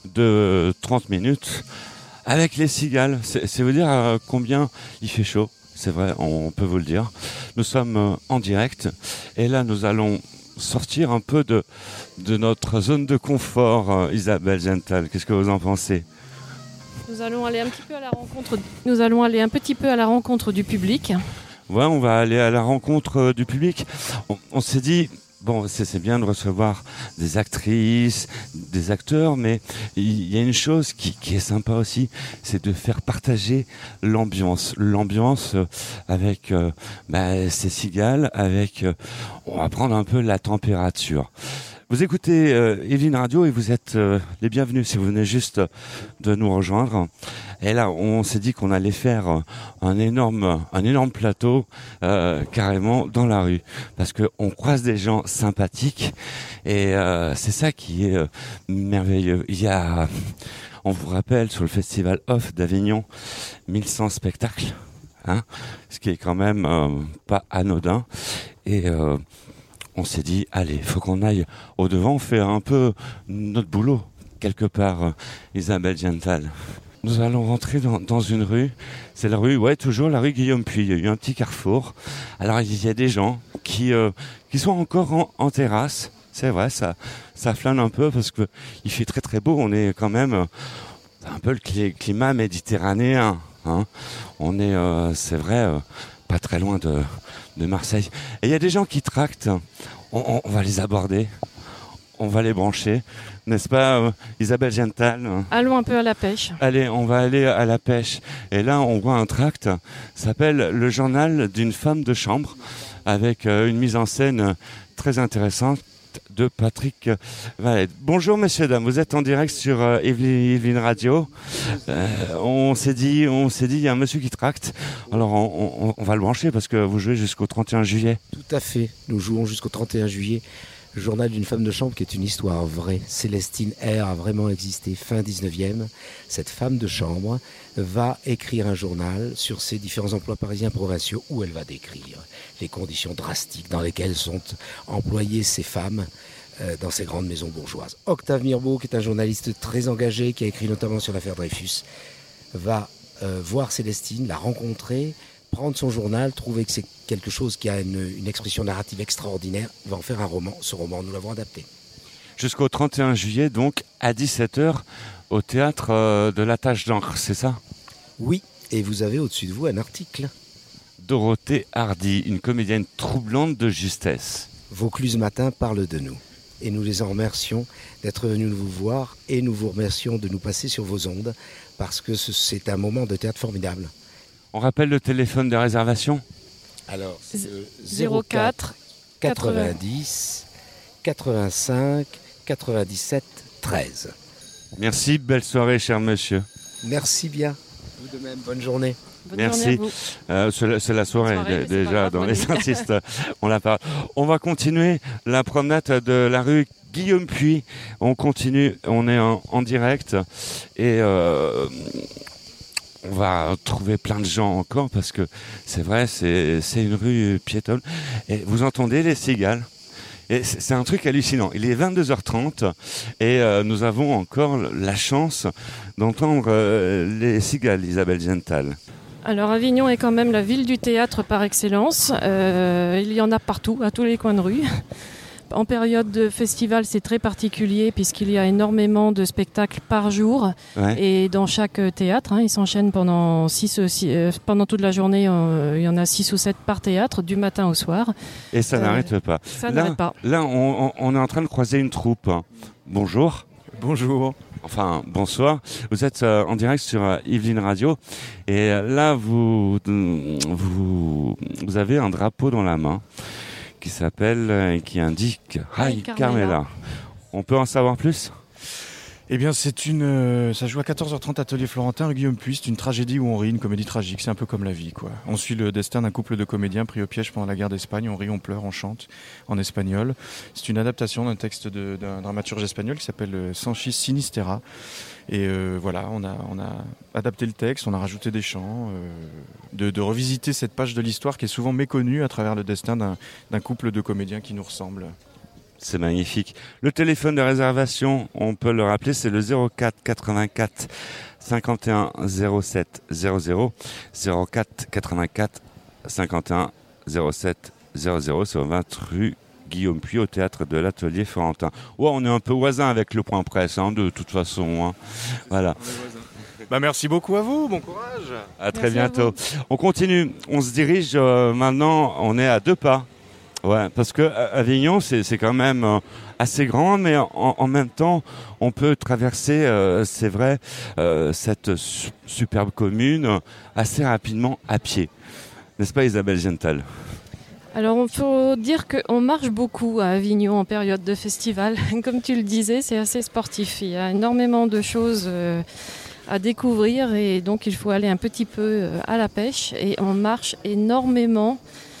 de trente minutes avec les cigales. C'est, c'est vous dire euh, combien il fait chaud, c'est vrai, on peut vous le dire. Nous sommes euh, en direct et là nous allons sortir un peu de, de notre zone de confort, euh, Isabelle Gental. Qu'est-ce que vous en pensez ? Nous allons aller un petit peu à la rencontre. Nous allons aller un petit peu à la rencontre du public. Ouais, on va aller à la rencontre euh, du public. On, on s'est dit, bon, c'est, c'est bien de recevoir des actrices, des acteurs, mais il y a une chose qui, qui est sympa aussi, c'est de faire partager l'ambiance. L'ambiance euh, avec euh, bah, ces cigales, avec, euh, on va prendre un peu la température. Vous écoutez euh, Yveline Radio et vous êtes euh, les bienvenus si vous venez juste de nous rejoindre. Et là, on s'est dit qu'on allait faire un énorme, un énorme plateau euh, carrément dans la rue, parce que on croise des gens sympathiques et euh, c'est ça qui est euh, merveilleux. Il y a, on vous rappelle, sur le festival Off d'Avignon, mille cent spectacles, hein, ce qui est quand même euh, pas anodin. Et euh, on s'est dit, allez, faut qu'on aille au devant, faire un peu notre boulot quelque part, euh, Isabelle Gental. Nous allons rentrer dans, dans une rue. C'est la rue, ouais, toujours la rue Guillaume-Puy. Il y a eu un petit carrefour. Alors il y a des gens qui euh, qui sont encore en, en terrasse. C'est vrai, ça ça flâne un peu parce que il fait très très beau. On est quand même euh, un peu le cl- climat méditerranéen. Hein. On est, euh, c'est vrai, euh, pas très loin de de Marseille. Et il y a des gens qui tractent. On, on, on va les aborder. On va les brancher. N'est-ce pas, euh, Isabelle Gental ? Allons un peu à la pêche. Allez, on va aller à la pêche. Et là, on voit un tract, ça s'appelle Le journal d'une femme de chambre, avec euh, une mise en scène très intéressante de Patrick Valette. Bonjour messieurs, dames, vous êtes en direct sur euh, Yveline Radio. Euh, on s'est dit, on s'est dit, il y a un monsieur qui tracte. Alors on, on, on va le brancher parce que vous jouez jusqu'au trente et un juillet. Tout à fait, nous jouons jusqu'au trente et un juillet. Le journal d'une femme de chambre qui est une histoire vraie. Célestine R a vraiment existé fin dix-neuvième. Cette femme de chambre va écrire un journal sur ses différents emplois parisiens provinciaux où elle va décrire les conditions drastiques dans lesquelles sont employées ces femmes euh, dans ces grandes maisons bourgeoises. Octave Mirbeau, qui est un journaliste très engagé, qui a écrit notamment sur l'affaire Dreyfus, va euh, voir Célestine, la rencontrer, prendre son journal, trouver que c'est quelque chose qui a une, une expression narrative extraordinaire, va en faire un roman. Ce roman, nous l'avons adapté. Jusqu'au trente et un juillet, donc, à dix-sept heures, au théâtre euh, de la Tache d'encre, c'est ça ? Oui, et vous avez au-dessus de vous un article. Dorothée Hardy, une comédienne troublante de justesse. Vaucluse Matin parle de nous. Et nous les en remercions d'être venus vous voir et nous vous remercions de nous passer sur vos ondes parce que c'est un moment de théâtre formidable. On rappelle le téléphone de réservation ? Alors, c'est le zéro quatre quatre-vingt-dix quatre-vingt-cinq quatre-vingt-dix-sept treize. Merci, belle soirée, cher monsieur. Merci bien. Vous de même, bonne journée. Bonne Merci. Euh, c'est, la, c'est la soirée, soirée d- déjà grave, dans les artistes. On la parle. On va continuer la promenade de la rue Guillaume-Puy. On continue, on est en, en direct et euh, on va trouver plein de gens encore parce que c'est vrai, c'est, c'est une rue piétonne. Et vous entendez les cigales ? Et c'est, c'est un truc hallucinant. Il est vingt-deux heures trente et euh, nous avons encore la chance d'entendre euh, les cigales, Isabelle Gental. Alors Avignon est quand même la ville du théâtre par excellence. Euh, il y en a partout, à tous les coins de rue. En période de festival, c'est très particulier puisqu'il y a énormément de spectacles par jour. Ouais. Et dans chaque théâtre, hein, ils s'enchaînent pendant, six, six, euh, pendant toute la journée. Euh, il y en a six ou sept par théâtre, du matin au soir. Et ça euh, n'arrête pas. Ça là, n'arrête pas. Là, on, on est en train de croiser une troupe. Bonjour. Bonjour. Enfin, bonsoir. Vous êtes euh, en direct sur euh, Yveline Radio. Et euh, là, vous, vous, vous avez un drapeau dans la main qui s'appelle, euh, qui indique Hi Carmela. On peut en savoir plus ? Eh bien, c'est une, euh, ça joue à quatorze heures trente, Atelier Florentin, rue Guillaume Puy. C'est une tragédie où on rit, une comédie tragique. C'est un peu comme la vie, quoi. On suit le destin d'un couple de comédiens pris au piège pendant la guerre d'Espagne. On rit, on pleure, on chante en espagnol. C'est une adaptation d'un texte de, d'un dramaturge espagnol qui s'appelle Sanchis Sinistera. Et euh, voilà, on a, on a adapté le texte, on a rajouté des chants, euh, de, de revisiter cette page de l'histoire qui est souvent méconnue à travers le destin d'un, d'un couple de comédiens qui nous ressemblent. C'est magnifique. Le téléphone de réservation, on peut le rappeler, c'est le zéro quatre quatre-vingt-quatre cinquante et un zéro sept zéro zéro. zéro quatre quatre-vingt-quatre cinquante et un zéro sept zéro zéro. C'est au vingt rue Guillaume Puy, au théâtre de l'Atelier Florentin. Ouais, on est un peu voisins avec le point presse, hein, de toute façon. Hein. Voilà. Bah merci beaucoup à vous, bon courage. À très Merci à bientôt. vous. On continue, on se dirige euh, maintenant, on est à deux pas. Ouais, parce que Avignon, c'est, c'est quand même euh, assez grand, mais en, en même temps, on peut traverser, euh, c'est vrai, euh, cette su- superbe commune euh, assez rapidement à pied. N'est-ce pas, Isabelle Gental? Alors, il faut dire qu'on marche beaucoup à Avignon en période de festival. Comme tu le disais, c'est assez sportif. Il y a énormément de choses euh, à découvrir et donc il faut aller un petit peu euh, à la pêche. Et on marche énormément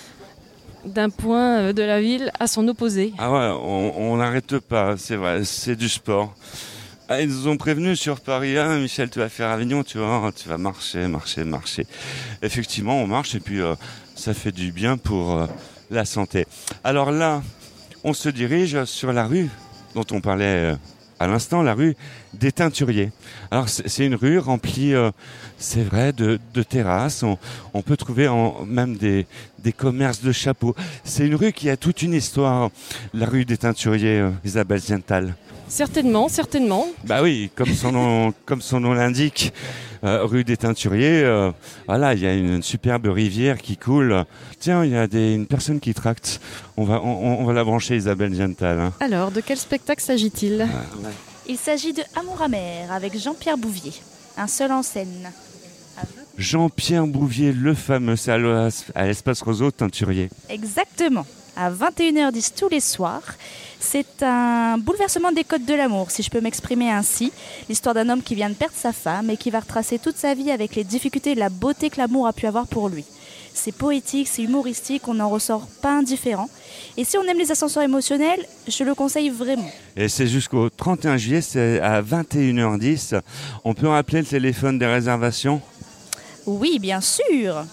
d'un point euh, de la ville à son opposé. Ah ouais, on n'arrête pas, c'est vrai, c'est du sport. Ah, ils nous ont prévenus sur Paris, ah, Michel, tu vas faire Avignon, tu vas, tu vas marcher, marcher, marcher. Effectivement, on marche et puis euh, ça fait du bien pour euh, la santé. Alors là, on se dirige sur la rue dont on parlait euh, à l'instant, la rue des Teinturiers. Alors c'est, c'est une rue remplie, euh, c'est vrai, de, de terrasses. On, on peut trouver en, même des, des commerces de chapeaux. C'est une rue qui a toute une histoire, la rue des Teinturiers, euh, Isabelle Gental. Certainement, certainement. Bah oui, comme son nom, comme son nom l'indique, euh, rue des Teinturiers, euh, voilà, il y a une, une superbe rivière qui coule. Tiens, il y a des, une personne qui tracte. On va, on, on va la brancher, Isabelle Gental. Hein. Alors, de quel spectacle s'agit-il ? Ah, ouais. Il s'agit de Amour amer avec Jean-Pierre Bouvier, un seul en scène. Jean-Pierre Bouvier, le fameux, c'est à l'E- à l'Espace Roseau Teinturier. Exactement, à vingt et une heures dix tous les soirs. C'est un bouleversement des codes de l'amour, si je peux m'exprimer ainsi. L'histoire d'un homme qui vient de perdre sa femme et qui va retracer toute sa vie avec les difficultés et la beauté que l'amour a pu avoir pour lui. C'est poétique, c'est humoristique, on n'en ressort pas indifférent. Et si on aime les ascenseurs émotionnels, je le conseille vraiment. Et c'est jusqu'au trente et un juillet, c'est à vingt et une heures dix. On peut rappeler le téléphone des réservations ? Oui, bien sûr.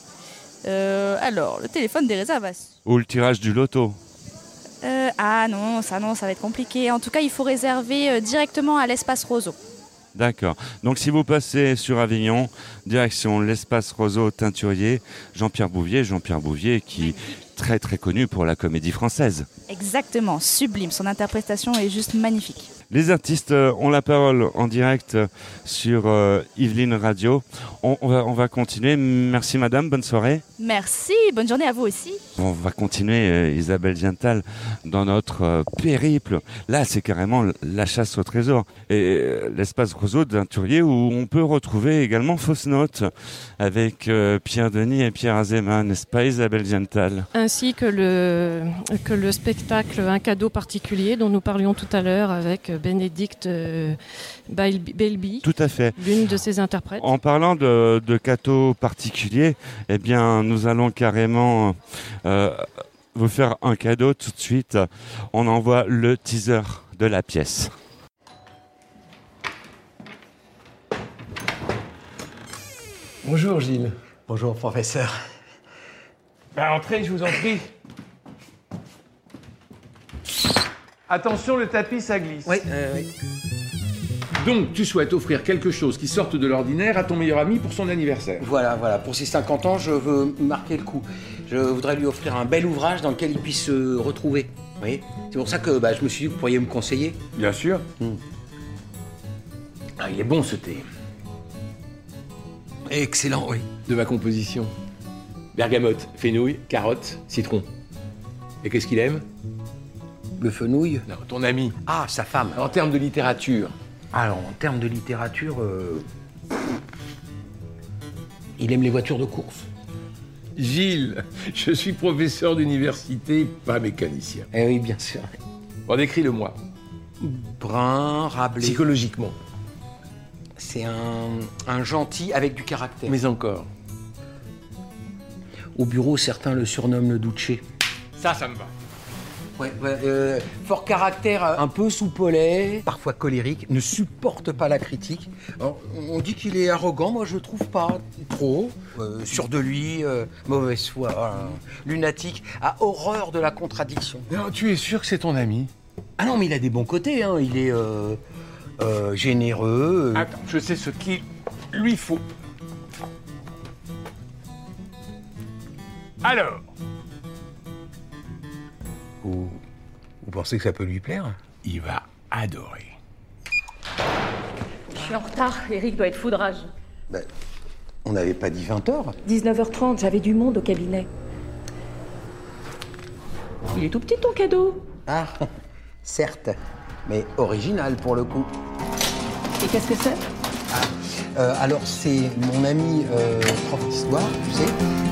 Euh, alors, le téléphone des réservations. Ou le tirage du loto ? Euh, ah non, ça non, ça va être compliqué. En tout cas, il faut réserver euh, directement à l'Espace Roseau. D'accord. Donc si vous passez sur Avignon, direction l'Espace Roseau Teinturier, Jean-Pierre Bouvier, Jean-Pierre Bouvier qui est très très connu pour la comédie française. Exactement, sublime. Son interprétation est juste magnifique. Les artistes euh, ont la parole en direct sur euh, Yveline Radio. On, on, va, on va continuer. Merci madame, bonne soirée. Merci, bonne journée à vous aussi. On va continuer, euh, Isabelle Gental, dans notre euh, périple. Là, c'est carrément la chasse au trésor. Et euh, l'espace Roseau Teinturier où on peut retrouver également Fausse Note avec euh, Pierre Denis et Pierre Azéma, n'est-ce pas Isabelle Gental ? Ainsi que le, que le spectacle Un cadeau particulier dont nous parlions tout à l'heure avec Bénédicte euh, Belby, Tout à fait. l'une de ses interprètes. En parlant de, de cadeaux particuliers, eh bien, nous allons carrément euh, vous faire un cadeau tout de suite. On envoie le teaser de la pièce. Bonjour Gilles. Bonjour professeur. Ben, entrez, je vous en prie. Attention, le tapis, ça glisse. Oui, euh, oui. Donc, tu souhaites offrir quelque chose qui sorte de l'ordinaire à ton meilleur ami pour son anniversaire. Voilà, voilà. Pour ses cinquante ans, je veux marquer le coup. Je voudrais lui offrir un bel ouvrage dans lequel il puisse se retrouver. Vous voyez ? C'est pour ça que bah, je me suis dit que vous pourriez me conseiller. Bien sûr. Mm. Ah, il est bon ce thé. Excellent, oui. De ma composition. Bergamote, fenouil, carotte, citron. Et qu'est-ce qu'il aime ? Le fenouil ? Non, ton ami. Ah, sa femme. En termes de littérature. Alors, en termes de littérature, euh... il aime les voitures de course. Gilles, je suis professeur d'université, pas mécanicien. Eh oui, bien sûr. Bon, décris-le-moi. brun, Rabelais. Psychologiquement. C'est un, un gentil avec du caractère. Mais encore. Au bureau, certains le surnomment le Duce. Ça, ça me va. Ouais, ouais, euh, fort caractère, un peu soupolé, parfois colérique, ne supporte pas la critique. Alors, on dit qu'il est arrogant, moi je trouve pas trop. Euh, sûr de lui, euh, mauvaise foi, euh, lunatique, a horreur de la contradiction. Non, tu es sûr que c'est ton ami? Ah non, mais il a des bons côtés, hein. Il est euh, euh, généreux. Euh... Attends, je sais ce qu'il lui faut. Alors, Vous, vous pensez que ça peut lui plaire? il va adorer. Je suis en retard, Eric doit être foudrage. Ben, on n'avait pas dit vingt heures. dix-neuf heures trente, j'avais du monde au cabinet. Il est tout petit ton cadeau. Ah, certes, mais original pour le coup. Et qu'est-ce que c'est? Euh, alors, c'est mon ami euh, prof d'histoire, tu sais.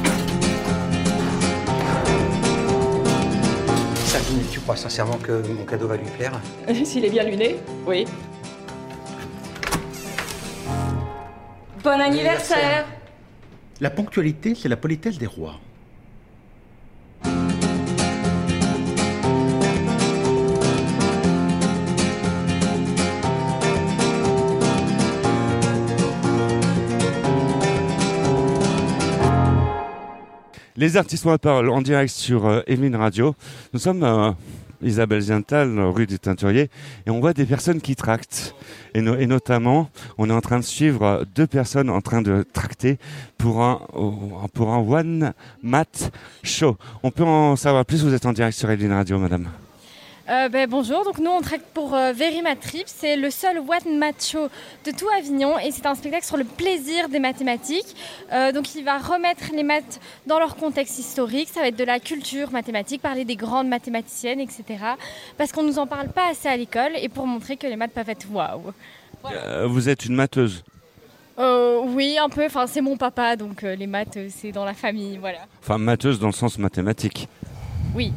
Sabine, tu crois sincèrement que mon cadeau va lui plaire? S'il est bien luné, oui. Bon anniversaire. La ponctualité, c'est la politesse des rois. Les artistes ont la parole en direct sur euh, Eveline Radio. Nous sommes euh, Isabelle Ziental, rue du Teinturier, et on voit des personnes qui tractent. Et, no- et notamment, on est en train de suivre deux personnes en train de tracter pour un, pour un One Mat Show. On peut en savoir plus, vous êtes en direct sur Eveline Radio, madame. Euh, ben, bonjour, donc nous on traque pour euh, Very Math Trip, c'est le seul One Math Show de tout Avignon et c'est un spectacle sur le plaisir des mathématiques. Euh, donc il va remettre les maths dans leur contexte historique, ça va être de la culture mathématique, parler des grandes mathématiciennes, et cetera. Parce qu'on nous en parle pas assez à l'école et pour montrer que les maths peuvent être waouh. Voilà. Euh, vous êtes une matheuse? Euh, oui, un peu, enfin c'est mon papa, donc euh, les maths euh, c'est dans la famille, voilà. Enfin, matheuse dans le sens mathématique. Oui.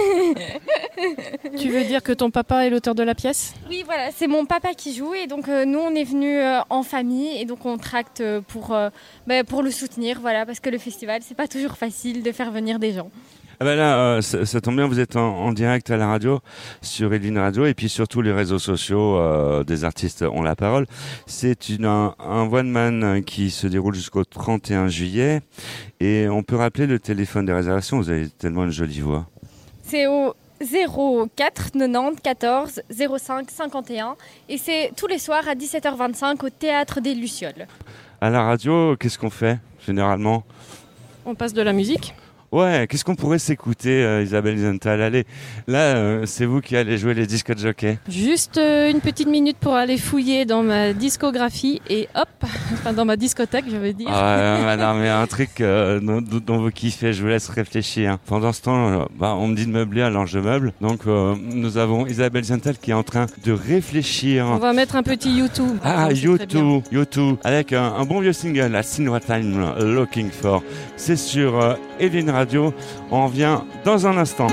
Tu veux dire que ton papa est l'auteur de la pièce? Oui, voilà, c'est mon papa qui joue et donc euh, nous on est venus euh, en famille et donc on tracte euh, pour, euh, bah, pour le soutenir, voilà, parce que le festival c'est pas toujours facile de faire venir des gens. Ah ben là, euh, ça, ça tombe bien, vous êtes en, en direct à la radio, sur Eveline Radio, et puis sur tous les réseaux sociaux euh, des artistes ont la parole. C'est une, un, un one-man qui se déroule jusqu'au trente et un juillet, et on peut rappeler le téléphone des réservations, vous avez tellement une jolie voix. C'est au zéro quatre quatre-vingt-dix quatorze zéro cinq cinquante et un et c'est tous les soirs à dix-sept heures vingt-cinq au Théâtre des Lucioles. À la radio, qu'est-ce qu'on fait, généralement? On passe de la musique. Ouais, qu'est-ce qu'on pourrait s'écouter, euh, Isabelle Ziental? Allez, là, euh, c'est vous qui allez jouer les disques de jockey. Juste euh, une petite minute pour aller fouiller dans ma discographie et hop, enfin dans ma discothèque, je veux dire. Ah ouais, madame, mais un truc euh, dont, dont vous kiffez, je vous laisse réfléchir. Pendant ce temps, euh, bah, on me dit de meubler, alors je meuble. Donc, euh, nous avons Isabelle Ziental qui est en train de réfléchir. On va mettre un petit YouTube. Ah, c'est YouTube, YouTube, avec un, un bon vieux single, la Sin What I'm Looking For. C'est sur euh, Eveline Radio. On revient dans un instant.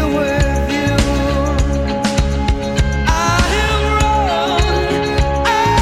I have run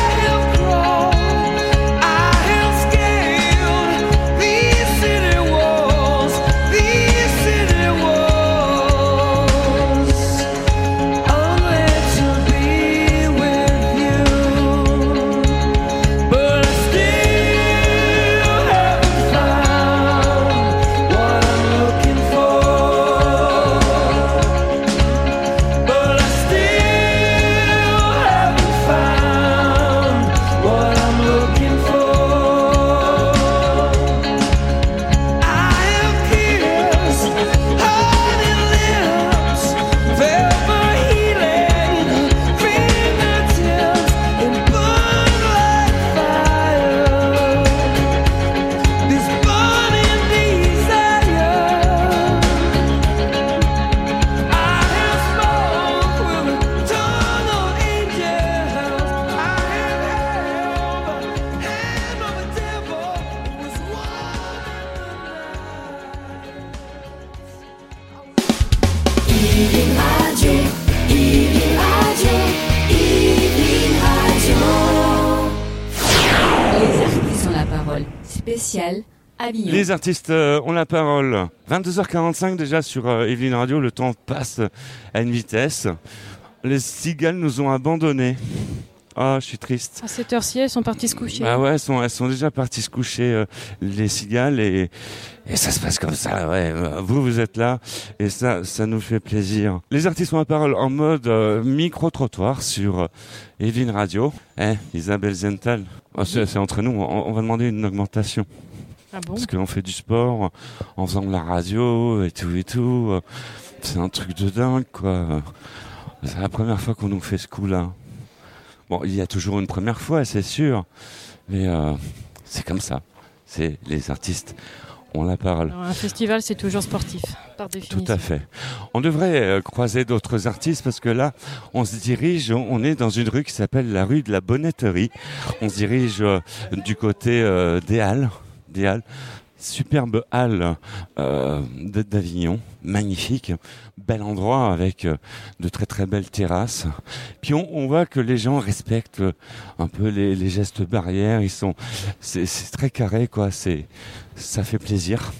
spécial Avignon. Les artistes euh, ont la parole. vingt-deux heures quarante-cinq déjà sur euh, Evelyne Radio, le temps passe à une vitesse. Les cigales nous ont abandonnés. Ah, oh, je suis triste. À cette heure-ci, elles sont parties se coucher. Ah ouais, elles sont, elles sont déjà parties se coucher, euh, les cigales, et, et ça se passe comme ça, ouais. Vous, vous êtes là, et ça, ça nous fait plaisir. Les artistes ont la parole en mode euh, micro-trottoir sur euh, Evelyne Radio. Eh, Isabelle Zental, oh, c'est, c'est entre nous, on, on va demander une augmentation. Ah bon ? Parce qu'on fait du sport en faisant de la radio et tout et tout. C'est un truc de dingue, quoi. C'est la première fois qu'on nous fait ce coup-là. Bon, il y a toujours une première fois, c'est sûr. Mais euh, c'est comme ça. C'est les artistes ont la parole. Alors, un festival, c'est toujours sportif, par définition. Tout à fait. On devrait euh, croiser d'autres artistes parce que là, on se dirige, on est dans une rue qui s'appelle la rue de la Bonnetterie. On se dirige euh, du côté euh, des Halles. Des Halles. Superbe halle euh, d'Avignon, magnifique, bel endroit avec euh, de très très belles terrasses. Puis on, on voit que les gens respectent euh, un peu les, les gestes barrières. Ils sont, c'est, c'est très carré, quoi. C'est, ça fait plaisir.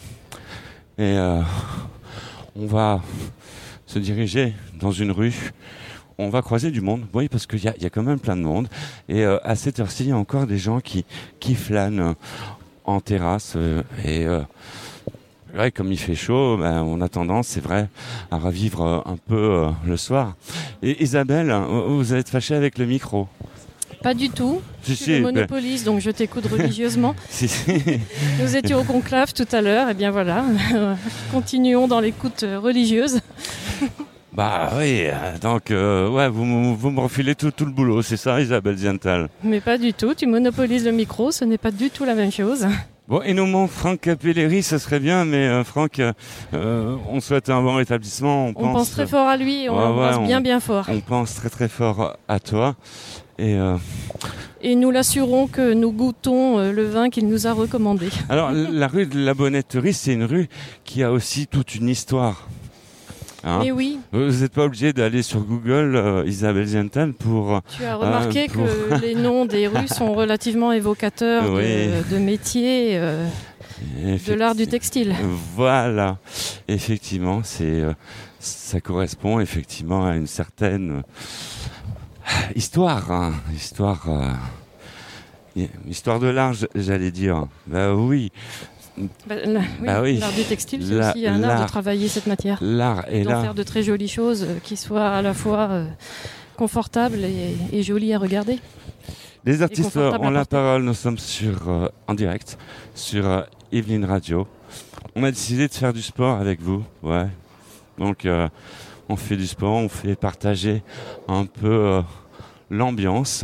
Et euh, on va se diriger dans une rue. On va croiser du monde, oui, parce qu'il y a, il y a quand même plein de monde. Et euh, à cette heure-ci, il y a encore des gens qui qui flânent en terrasse euh, et euh, ouais, comme il fait chaud, ben, on a tendance, c'est vrai, à revivre euh, un peu euh, le soir. Et Isabelle, vous êtes fâchée avec le micro? Pas du tout. Si, je si, suis le ben... monopoliste, donc je t'écoute religieusement. si, si. Nous étions au conclave tout à l'heure, et bien voilà, continuons dans l'écoute religieuse. Bah oui, donc euh, ouais, vous, vous me refilez tout, tout le boulot, c'est ça, Isabelle Zental? Mais pas du tout, tu monopolises le micro, ce n'est pas du tout la même chose. Bon, et nous manque Franck Capelleri, ça serait bien, mais euh, Franck, euh, on souhaite un bon rétablissement. On, on pense, pense très fort à lui, et on ouais, ouais, pense bien on, bien fort. On pense très très fort à toi. Et, euh... et nous l'assurons que nous goûtons euh, le vin qu'il nous a recommandé. Alors, la rue de la Bonnetterie, c'est une rue qui a aussi toute une histoire. Hein, et oui. Vous n'êtes pas obligé d'aller sur Google, euh, Isabelle Zental, pour... Tu as remarqué euh, pour... que les noms des rues sont relativement évocateurs oui. de, de métiers, euh, de l'art du textile. Voilà. Effectivement, c'est, euh, ça correspond effectivement à une certaine histoire. Hein, histoire, euh, histoire de l'art, j'allais dire. Bah oui. Bah, la, oui, bah oui. L'art du textile, c'est la, aussi un art de travailler cette matière. L'art et d'en l'art. faire de très jolies choses euh, qui soient à la fois euh, confortables et, et jolies à regarder. Les artistes ont la parole, nous sommes sur, euh, en direct sur euh, Evelyne Radio. On a décidé de faire du sport avec vous, ouais. Donc euh, on fait du sport, on fait partager un peu euh, l'ambiance,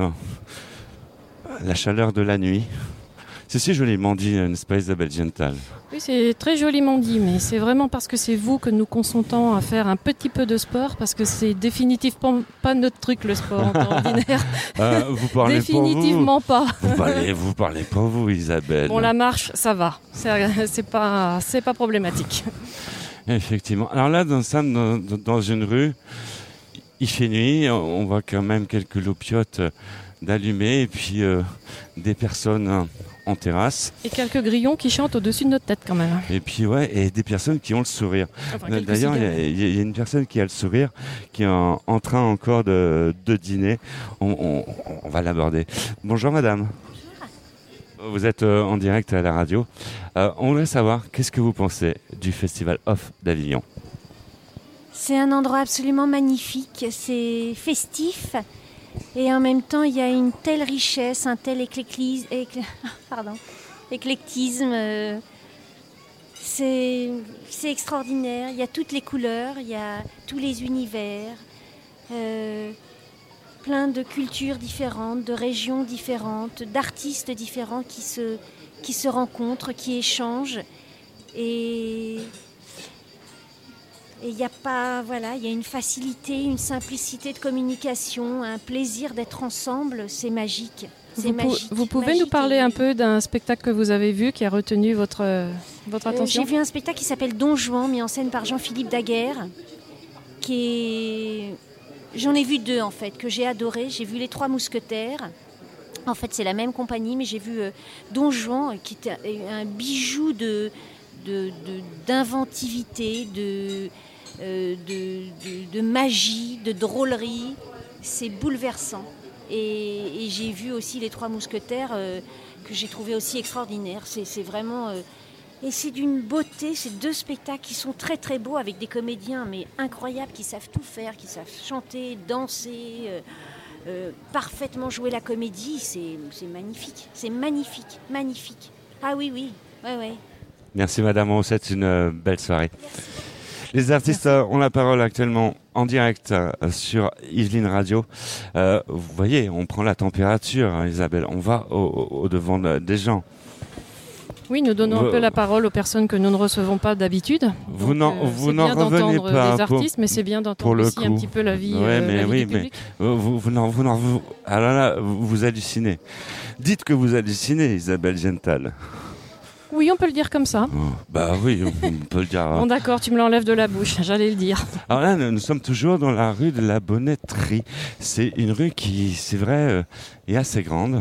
la chaleur de la nuit. C'est si joliment dit, n'est-ce pas, Isabelle Zental? Oui, c'est très joliment dit, mais c'est vraiment parce que c'est vous que nous consentons à faire un petit peu de sport, parce que c'est définitivement pas notre truc, le sport en temps ordinaire. Euh, vous parlez définitivement pour vous. pas. Vous parlez, vous parlez pour vous, Isabelle. Bon, la marche, ça va. C'est, c'est pas, c'est pas problématique. Effectivement. Alors là, nous sommes dans, dans une rue, il fait nuit, on voit quand même quelques loupiottes d'allumés et puis euh, des personnes en terrasse. Et quelques grillons qui chantent au-dessus de notre tête quand même. Et puis ouais, et des personnes qui ont le sourire. Enfin, d'ailleurs, il y, y a une personne qui a le sourire, qui est en, en train encore de, de dîner. On, on, on va l'aborder. Bonjour madame. Bonjour. Vous êtes euh, en direct à la radio. Euh, on voudrait savoir, qu'est-ce que vous pensez du Festival Off d'Avignon? C'est un endroit absolument magnifique, c'est festif. Et en même temps, il y a une telle richesse, un tel éclectisme, écle... Pardon, éclectisme. Euh... C'est... c'est extraordinaire. Il y a toutes les couleurs, il y a tous les univers, euh... plein de cultures différentes, de régions différentes, d'artistes différents qui se, qui se rencontrent, qui échangent. Et... Et il y a pas, voilà, il y a une facilité, une simplicité de communication, un plaisir d'être ensemble, c'est magique. C'est vous, magique, vous pouvez magique nous parler et... un peu d'un spectacle que vous avez vu qui a retenu votre, euh, votre attention? euh, J'ai vu un spectacle qui s'appelle Don Juan, mis en scène par Jean-Philippe Daguerre, qui est... J'en ai vu deux en fait, que j'ai adoré. J'ai vu Les Trois Mousquetaires En fait, c'est la même compagnie, mais j'ai vu euh, Don Juan, qui était un, un bijou de, de, de- d'inventivité, de, euh, de, de- de magie, de drôlerie. C'est bouleversant. Et, et j'ai vu aussi Les Trois Mousquetaires, euh, que j'ai trouvé aussi extraordinaire. C'est, c'est vraiment... euh, et c'est d'une beauté, ces deux spectacles qui sont très très beaux, avec des comédiens mais incroyables, qui savent tout faire, qui savent chanter, danser... euh, Euh, parfaitement jouer la comédie, c'est, c'est magnifique, c'est magnifique, magnifique. Ah oui, oui, ouais, ouais. Merci Madame, on vous souhaite une euh, belle soirée. Les artistes euh, ont la parole actuellement en direct euh, sur Yveline Radio. Euh, vous voyez, on prend la température, hein, Isabelle, on va au, au- au devant de- des gens. Oui, nous donnons Vous- un peu la parole aux personnes que nous ne recevons pas d'habitude. Vous Donc, n'en, euh, vous c'est n'en bien revenez d'entendre pas des pour- artistes, mais c'est bien pour d'entendre le aussi un coup. petit peu la vie, Ouais, euh, mais la vie oui, du mais public. vous, vous, vous n'en- vous n'en- vous- alors là, vous, vous hallucinez. Dites que vous hallucinez, Isabelle Gental. Oui, on peut le dire comme ça. Bah oui, on, on peut le dire. Bon, d'accord, tu me l'enlèves de la bouche, j'allais le dire. Alors là, nous, nous sommes toujours dans la rue de la Bonnetterie. C'est une rue qui, c'est vrai, euh, est assez grande.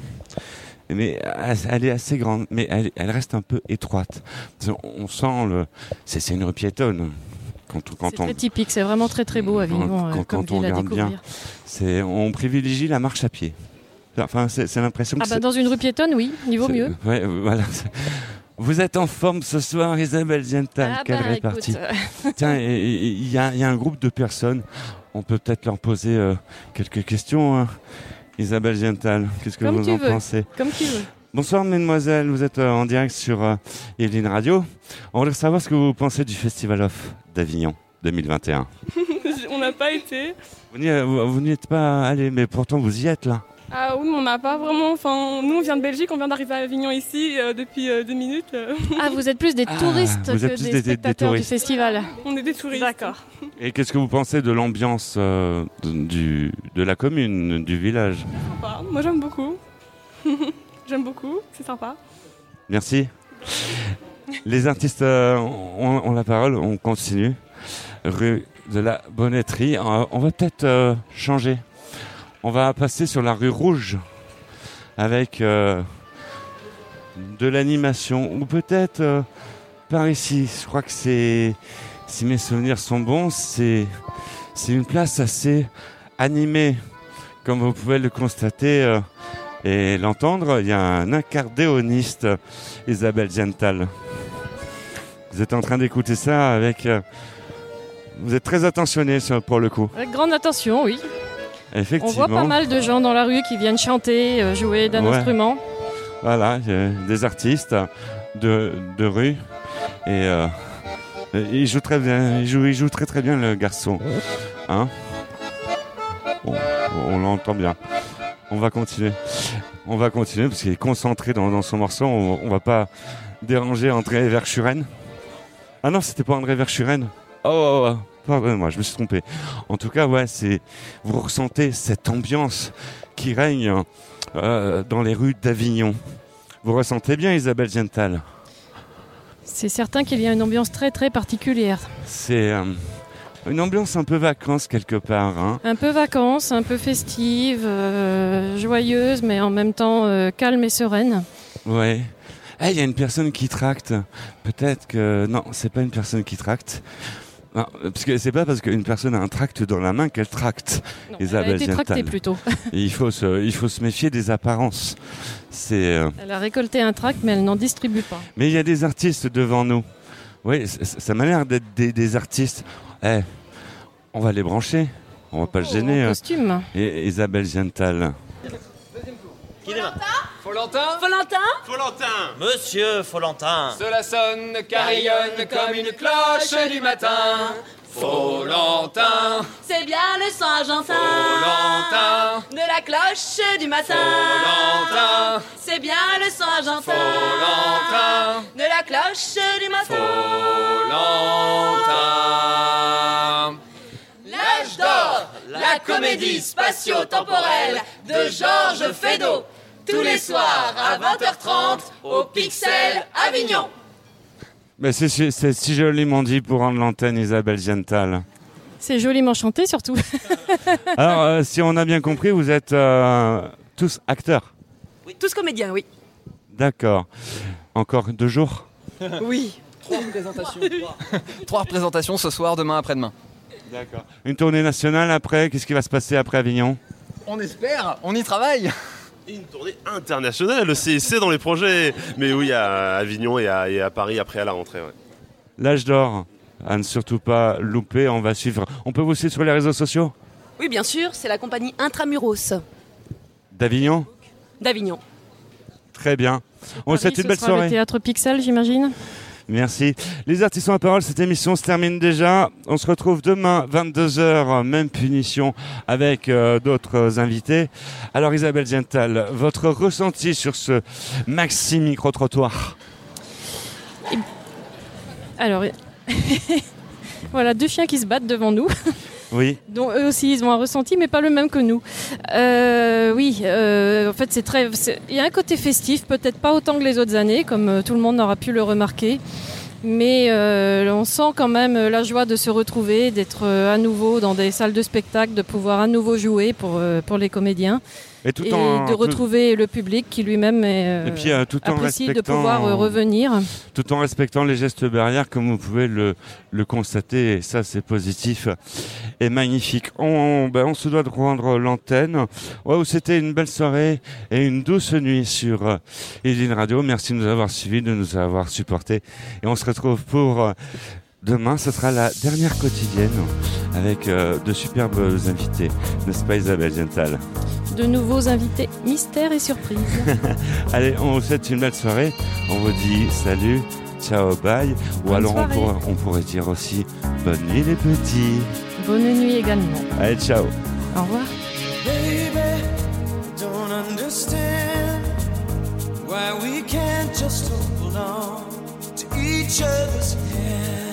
Mais euh, elle est assez grande, mais elle, elle reste un peu étroite. On, on sent le. C'est, c'est une rue piétonne. Quand, quand C'est on, très typique, c'est vraiment très très beau Avignon, quand, euh, quand- comme quand on ville à regarde découvrir. bien, c'est, on privilégie la marche à pied. Enfin, c'est, c'est l'impression Ah que bah c'est- dans une rue piétonne, oui, il vaut c'est- mieux. Ouais, euh, voilà. c'est- Vous êtes en forme ce soir, Isabelle Ziental. Ah Quelle bah, répartie. écoute. Tiens, il y, a- il y a un groupe de personnes. On peut peut-être leur poser euh, quelques questions. hein. Isabelle Ziental, qu'est-ce que Comme vous tu en veux, pensez? comme tu veux. Bonsoir, mesdemoiselles. Vous êtes euh, en direct sur euh, Yveline Radio. On voudrait savoir ce que vous pensez du Festival Off d'Avignon deux mille vingt et un. On n'a pas été. Vous n'y, vous, vous n'y êtes pas allé, mais pourtant vous y êtes là. Ah oui, mais on n'a pas vraiment. Enfin, nous, on vient de Belgique, on vient d'arriver à Avignon ici euh, depuis euh, deux minutes. euh. Ah, vous êtes plus des touristes vous que êtes plus des, des- des- des spectateurs touristes. du festival. On est des touristes. D'accord. Et qu'est-ce que vous pensez de l'ambiance euh, de- du, de la commune, du village? Sympa. Moi, j'aime beaucoup. J'aime beaucoup, c'est sympa. Merci. Les artistes euh, ont, ont la parole, on continue. Rue de la Bonnetterie. Euh, on va peut-être euh, changer. On va passer sur la rue Rouge avec euh, de l'animation. Ou peut-être euh, par ici. Je crois que c'est, si mes souvenirs sont bons, c'est, c'est une place assez animée. Comme vous pouvez le constater euh, et l'entendre, il y a un accordéoniste, Isabelle Ziental. Vous êtes en train d'écouter ça avec... euh, vous êtes très attentionné sur- pour le coup. Avec grande attention, oui. Effectivement. On voit pas mal de gens dans la rue qui viennent chanter, euh, jouer d'un Ouais. instrument. Voilà, il y a des artistes de, de rue. Et euh, il joue très bien, il joue, il joue très très bien le garçon. Hein? Bon, on l'entend bien. On va continuer. On va continuer parce qu'il est concentré dans, dans son morceau. On, on va pas déranger André Verschuren. Ah non, c'était pas André Verschuren. Oh, oh, oh, pardonnez-moi, je me suis trompé. En tout cas, ouais, c'est vous ressentez cette ambiance qui règne euh, dans les rues d'Avignon. Vous ressentez bien, Isabelle Ziental? C'est certain qu'il y a une ambiance très très particulière. C'est euh, une ambiance un peu vacances quelque part. Hein. Un peu vacances, un peu festive, euh, joyeuse, mais en même temps euh, calme et sereine. Ouais. Eh, il y a une personne qui tracte. Peut-être que... Non, c'est pas une personne qui tracte. Non, parce que c'est pas parce qu'une personne a un tract dans la main qu'elle tracte. Non, Isabelle elle a été Ziental. tractée plutôt. Et il faut se, il faut se méfier des apparences. C'est... euh, Elle a récolté un tract, mais elle n'en distribue pas. Mais il y a des artistes devant nous. Oui, c- c- ça m'a l'air d'être des, des artistes. Eh, on va les brancher. On va pas le gêner. en hein. costume. Et Isabelle Ziental. Follentin Follentin Follentin Monsieur Follentin. Cela sonne, carillonne comme une cloche du matin. Follentin C'est bien le son argentin Follentin de la cloche du matin. Follentin C'est bien le son argentin Follentin de la cloche du matin. Follentin L'âge d'or, la comédie spatio-temporelle de Georges Feydeau. Tous les soirs à vingt heures trente au Pixel Avignon. Mais c'est, c'est- c'est si joliment dit pour rendre l'antenne, Isabelle Ziental. C'est joliment chanté surtout. Alors, euh, si on a bien compris, vous êtes euh, tous acteurs. Oui, tous comédiens, oui. D'accord. Encore deux jours? Oui. Trois représentations. Trois représentations ce soir, demain, après-demain. D'accord. Une tournée nationale après? Qu'est-ce qui va se passer après Avignon? On espère, on y travaille. Et une tournée internationale, c'est, c'est dans les projets. Mais oui, à Avignon et à, et à Paris après à la rentrée. Ouais. L'âge d'or, à ne surtout pas louper, on va suivre. On peut vous suivre sur les réseaux sociaux? Oui, bien sûr, c'est la compagnie Intramuros D'Avignon? d'Avignon. Très bien. On vous souhaite une belle Ce sera le soirée. Théâtre Pixel, j'imagine. Merci. Les artistes ont la parole, cette émission se termine déjà. On se retrouve demain, vingt-deux heures, même punition, avec euh, d'autres invités. Alors Isabelle Zienthal, votre ressenti sur ce maxi micro-trottoir? Alors, voilà, deux chiens qui se battent devant nous. Oui. Donc eux aussi, ils ont un ressenti, mais pas le même que nous. Euh, oui, euh, en fait, c'est très. c'est- Il y a un côté festif, peut-être pas autant que les autres années, comme euh, tout le monde aura pu le remarquer. Mais euh, on sent quand même la joie de se retrouver, d'être euh, à nouveau dans des salles de spectacle, de pouvoir à nouveau jouer pour, euh, pour les comédiens. Et tout en- de tout- retrouver le public qui lui-même est, euh, Et puis, euh, tout en apprécie de respectant- pouvoir euh, revenir. Tout en respectant les gestes barrières, comme vous pouvez le, le constater, et ça c'est positif et magnifique. On, ben, on se doit de rendre l'antenne. Ouais, c'était une belle soirée et une douce nuit sur euh, Eline Radio. Merci de nous avoir suivis, de nous avoir supportés. Et on se retrouve pour euh, demain, ce sera la dernière quotidienne avec euh, de superbes invités, n'est-ce pas Isabelle Zienthal? De nouveaux invités mystères et surprises. Allez, on vous souhaite une belle soirée. On vous dit salut, ciao, bye. Ou Bonne alors on soirée. pourrait, on pourrait dire aussi bonne nuit les petits. Bonne nuit également. Allez, ciao. Au revoir. Baby, don't understand why we can't just hold on to each other's hand.